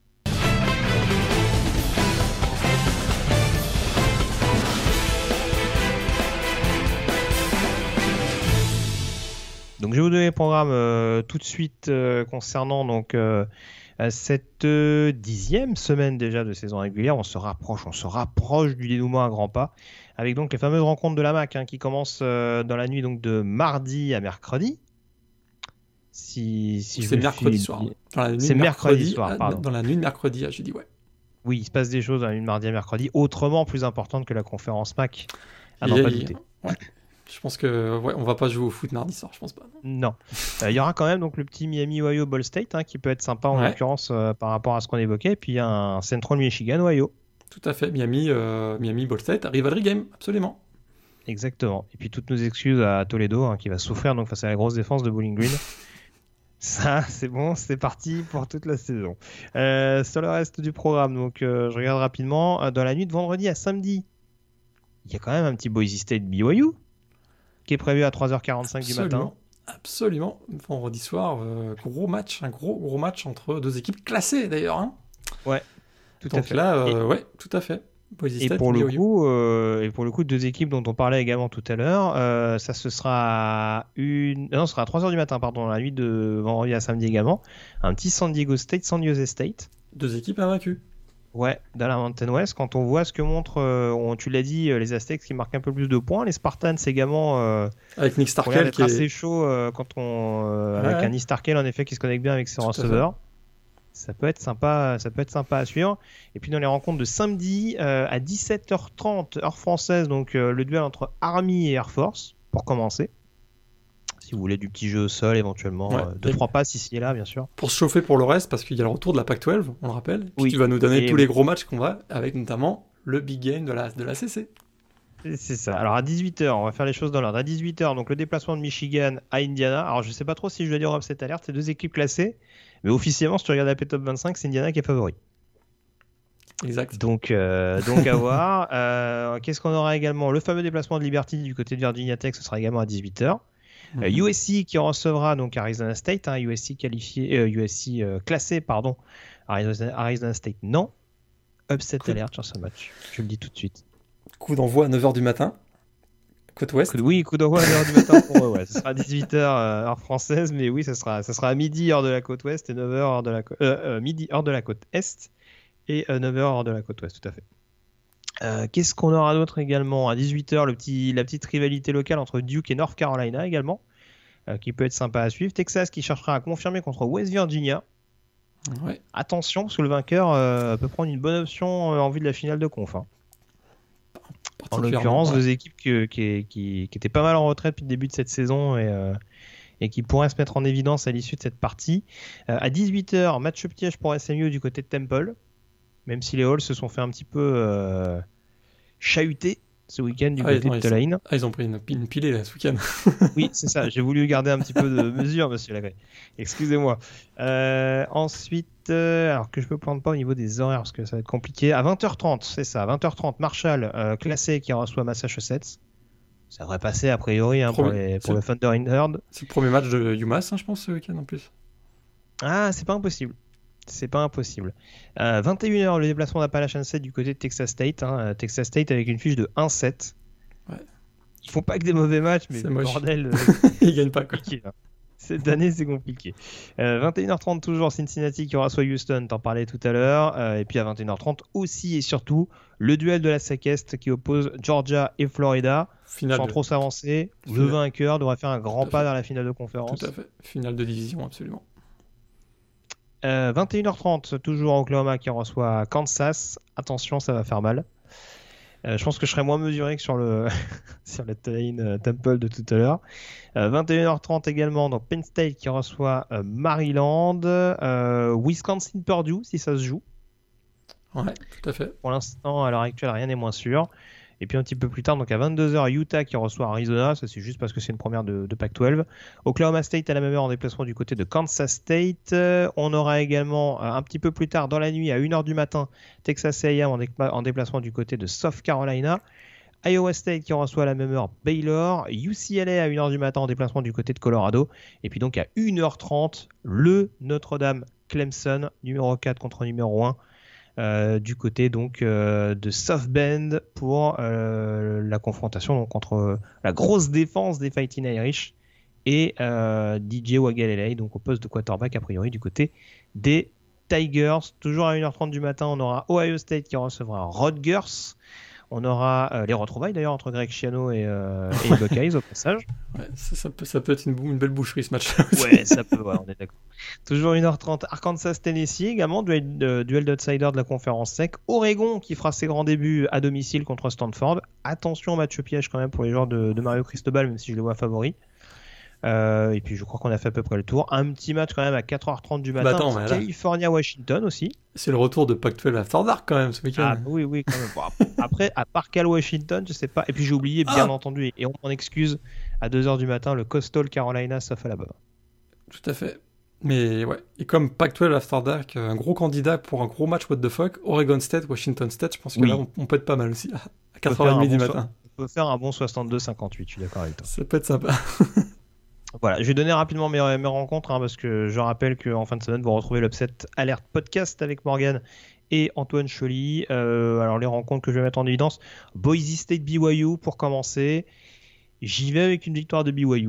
Donc je vais vous donner le programme euh, tout de suite euh, concernant donc euh, cette euh, dixième semaine déjà de saison régulière. On se rapproche, on se rapproche du dénouement à grands pas, avec donc les fameuses rencontres de la M A C hein, qui commencent euh, dans la nuit donc de mardi à mercredi. Si, si c'est je mercredi suis... soir. Dans la nuit c'est mercredi, mercredi soir. À, pardon. Dans la nuit de mercredi, j'ai dit ouais. Oui, il se passe des choses dans la nuit de mardi à mercredi, autrement plus importantes que la conférence M A C. À n'en pas douter. Ouais. Je pense que ouais, on va pas jouer au foot mardi soir, je pense pas. Non. Il euh, y aura quand même donc le petit Miami Ohio Ball State hein, qui peut être sympa en ouais. l'occurrence euh, par rapport à ce qu'on évoquait. Et puis il y a un Central Michigan Ohio. Tout à fait, Miami, euh, Miami Ball State, rivalry game, absolument. Exactement. Et puis toutes nos excuses à Toledo hein, qui va souffrir donc face à la grosse défense de Bowling Green. Ça, c'est bon, c'est parti pour toute la saison. Euh, sur le reste du programme, donc euh, je regarde rapidement. Dans la nuit de vendredi à samedi, il y a quand même un petit Boise State B Y U qui est prévu à trois heures quarante-cinq absolument, du matin. Absolument. Vendredi soir, euh, gros match, un gros gros match entre deux équipes classées d'ailleurs. Hein. Ouais, tout donc à fait. là, euh, et... ouais, tout à fait. Boise et State, pour le coup, euh, et pour le coup, deux équipes dont on parlait également tout à l'heure, euh, ça ce sera à une, non, ce sera à trois heures du matin, pardon, la nuit de vendredi à samedi également. Un petit San Diego State, San Jose State. Deux équipes invaincues. Ouais, dans la Mountain West, quand on voit ce que montrent, euh, tu l'as dit, les Aztecs qui marquent un peu plus de points, les Spartans également. Euh, avec Nick Starkel qui est assez chaud euh, quand on, euh, ouais, avec ouais. un Nick Starkel en effet qui se connecte bien avec ses Tout receveurs. Ça peut être sympa, ça peut être sympa à suivre. Et puis dans les rencontres de samedi euh, à dix-sept heures trente heure française, donc euh, le duel entre Army et Air Force pour commencer. Si vous voulez du petit jeu au sol éventuellement, ouais. euh, deux trois passes ici et là bien sûr. Pour se chauffer pour le reste, parce qu'il y a le retour de la Pac douze, on le rappelle. Puis oui. tu vas nous donner et tous les gros matchs qu'on va, avec notamment le big game de la de la C C. C'est ça. Alors à dix-huit heures, on va faire les choses dans l'ordre. À dix-huit heures, donc le déplacement de Michigan à Indiana. Alors je sais pas trop si je dois dire upset alert, c'est deux équipes classées, mais officiellement si tu regardes la P Top vingt-cinq, c'est Indiana qui est favori. Exact. Donc, euh, donc à voir. Euh, qu'est-ce qu'on aura également? Le fameux déplacement de Liberty du côté de Virginia Tech, ce sera également à dix-huit heures. Mm-hmm. Euh, U S C qui recevra donc Arizona State, hein, U S C qualifié, euh, U S C euh, classé, pardon. Arizona, Arizona State, non. Upset Coup. alert sur ce match. Je le dis tout de suite. Coup d'envoi à neuf heures du matin. Côte ouest. Coup de, oui, coup d'envoi à neuf heures du matin pour eux. Ouais. Ce sera à dix-huit heures euh, heure française, mais oui, ça sera, ça sera à midi heure de la côte ouest et neuf heures heure de la côte, euh, euh, midi heure de la côte est et euh, neuf heures heure de la côte ouest, tout à fait. Euh, qu'est-ce qu'on aura d'autre également? À dix-huit heures, le petit, la petite rivalité locale entre Duke et North Carolina également, euh, qui peut être sympa à suivre. Texas qui cherchera à confirmer contre West Virginia. Ouais. Attention, parce que le vainqueur euh, peut prendre une bonne option euh, en vue de la finale de conf. Hein. En l'occurrence, ouais. deux équipes qui, qui, qui, qui étaient pas mal en retrait depuis le début de cette saison et, euh, et qui pourraient se mettre en évidence à l'issue de cette partie. Euh, à dix-huit heures, match piège pour S M U du côté de Temple, même si les Halls se sont fait un petit peu euh, chahuter ce week-end du ah, côté non, de Tulane. Ah, ils ont pris une, une pilée là, ce week-end. Oui, c'est ça. J'ai voulu garder un petit peu de mesure, monsieur Lagray. Excusez-moi. Euh, ensuite, euh, alors que je peux prendre pas au niveau des horaires parce que ça va être compliqué. À vingt heures trente, c'est ça. À vingt heures trente, Marshall euh, classé qui reçoit Massachusetts. Ça devrait passer a priori hein, pour, les, pour le Thunder in Herd. C'est le premier match de UMass, hein, je pense, ce week-end en plus. Ah, c'est pas impossible. C'est pas impossible. Euh, vingt et une heures, le déplacement d'Appalachian State du côté de Texas State. Hein. Texas State avec une fiche de un sept. Ouais. Ils font pas que des mauvais matchs, mais c'est bordel. Ils gagnent pas quoi. Hein. Cette année, c'est compliqué. Euh, vingt et une heures trente, toujours Cincinnati qui reçoit Houston, t'en parlais tout à l'heure. Euh, et puis à vingt et une heures trente, aussi et surtout, le duel de la S E C Est qui oppose Georgia et Florida. Finale sans de... trop s'avancer. Finale. Le vainqueur devrait faire un grand pas vers la finale de conférence. Tout à fait. Finale de division, absolument. Euh, vingt et une heures trente, toujours Oklahoma qui reçoit Kansas. Attention, ça va faire mal. Euh, je pense que je serai moins mesuré que sur le sur la Tulane euh, Temple de tout à l'heure. Euh, vingt et une heures trente également, donc Penn State qui reçoit euh, Maryland. Euh, Wisconsin Purdue, si ça se joue. Ouais, tout à fait. Pour l'instant, à l'heure actuelle, rien n'est moins sûr. Et puis un petit peu plus tard, donc à vingt-deux heures, Utah qui reçoit Arizona. Ça, c'est juste parce que c'est une première de, de Pac douze. Oklahoma State à la même heure en déplacement du côté de Kansas State. Euh, on aura également euh, un petit peu plus tard dans la nuit, à une heure du matin, Texas A and M en, dé- en déplacement du côté de South Carolina. Iowa State qui reçoit à la même heure Baylor. U C L A à une heure du matin en déplacement du côté de Colorado. Et puis donc à une heure trente, le Notre-Dame Clemson, numéro quatre contre numéro un. Euh, du côté donc euh, de South Bend pour euh, la confrontation donc, entre la grosse défense des Fighting Irish et euh, D J Wagalele, donc au poste de quarterback a priori du côté des Tigers. Toujours à une heure trente du matin, on aura Ohio State qui recevra Rutgers. On aura euh, les retrouvailles d'ailleurs entre Greg Schiano et, euh, et les Buckeyes au passage. Ouais, ça, ça, peut, ça peut être une, une belle boucherie ce match. Ouais, ça peut, ouais, on est d'accord. Toujours une heure trente, Arkansas-Tennessee également, duel, de, duel d'outsider de la conférence S E C. Oregon qui fera ses grands débuts à domicile contre Stanford. Attention au match piège quand même pour les joueurs de, de Mario Cristobal, même si je les vois favoris. Euh, et puis je crois qu'on a fait à peu près le tour. Un petit match quand même à quatre heures trente du matin. Bah attends, California-Washington aussi. C'est le retour de Pac douze After Dark quand même ce week-end. Ah oui, oui, quand même. Bon, après, à part Cal-Washington, je sais pas. Et puis j'ai oublié, bien ah entendu, et on m'en excuse, à deux heures du matin, le Coastal Carolina sauf Alabama. Tout à fait. Mais ouais, et comme Pac douze After Dark, un gros candidat pour un gros match what the fuck, Oregon State, Washington State, je pense que oui. Là on, on peut être pas mal aussi, à quatre heures trente du bon matin. So- on peut faire un bon soixante-deux cinquante-huit, je suis d'accord avec toi. Ça peut être sympa. Voilà, je vais donner rapidement mes, mes rencontres, hein, parce que je rappelle qu'en fin de semaine, vous retrouvez l'Upset Alert Podcast avec Morgan et Antoine Choly. Euh, alors les rencontres que je vais mettre en évidence, Boise State B Y U pour commencer. J'y vais avec une victoire de B Y U.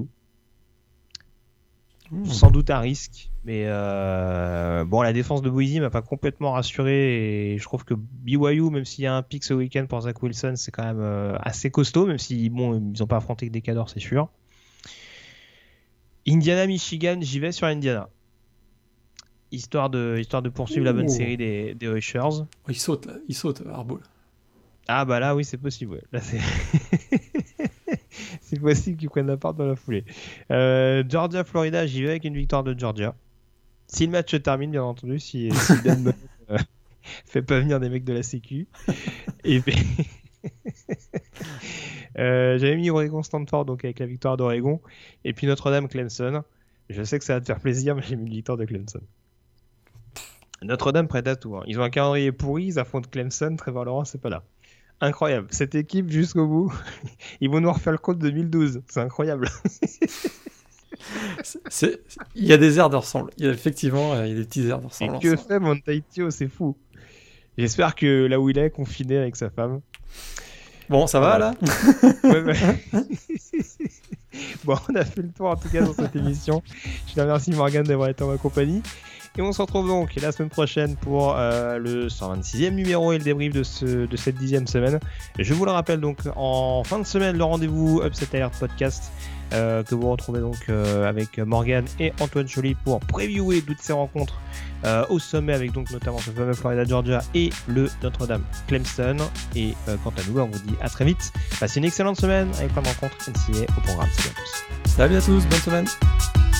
Mmh. Sans doute à risque, mais euh, bon, la défense de Boise m'a pas complètement rassuré et je trouve que B Y U, même s'il y a un pic ce week-end pour Zach Wilson, c'est quand même euh, assez costaud, même si bon, ils n'ont pas affronté que des cadors, c'est sûr. Indiana-Michigan, j'y vais sur Indiana. Histoire de, histoire de poursuivre Ouh. la bonne série des, des Rushers. Il saute, là. Il saute, Harbaugh. Ah bah là, oui, c'est possible. Ouais. Là, c'est... c'est possible qu'ils prennent la part dans la foulée. Euh, Georgia-Florida, j'y vais avec une victoire de Georgia. Si le match se termine, bien entendu, si, si Dan Mullen euh, fait pas venir des mecs de la Sécu. Et puis... Euh, j'avais mis Oregon Stanford donc avec la victoire d'Oregon et puis Notre-Dame Clemson. Je sais que ça va te faire plaisir, mais j'ai mis une victoire de Clemson. Notre-Dame prête à tout, hein. Ils ont un calendrier pourri, ils affrontent Clemson, Trevor Lawrence c'est pas là. Incroyable, cette équipe jusqu'au bout, ils vont nous refaire le compte deux mille douze, c'est incroyable. c'est, c'est, il y a des airs de ressemble, il y a effectivement il y a des petits airs de ressemble. Et que fait Montaitio, c'est fou. J'espère que là où il est, confiné avec sa femme. Bon, ça va, là ouais, ouais. Bon, on a fait le tour, en tout cas, dans cette émission. Je te remercie, Morgane, d'avoir été en ma compagnie. Et on se retrouve donc la semaine prochaine pour euh, le cent vingt-sixième numéro et le débrief de, ce, de cette dixième semaine. Je vous le rappelle, donc, en fin de semaine, le rendez-vous Upset Alert Podcast euh, que vous retrouvez donc euh, avec Morgane et Antoine Choly pour previewer toutes ces rencontres euh, au sommet, avec donc notamment ce fameux Florida-Georgia et le Notre-Dame Clemson. Et euh, quant à nous, on vous dit à très vite. Passez une excellente semaine avec plein de rencontres N C A A au programme. Salut à tous. Salut à tous, bonne semaine.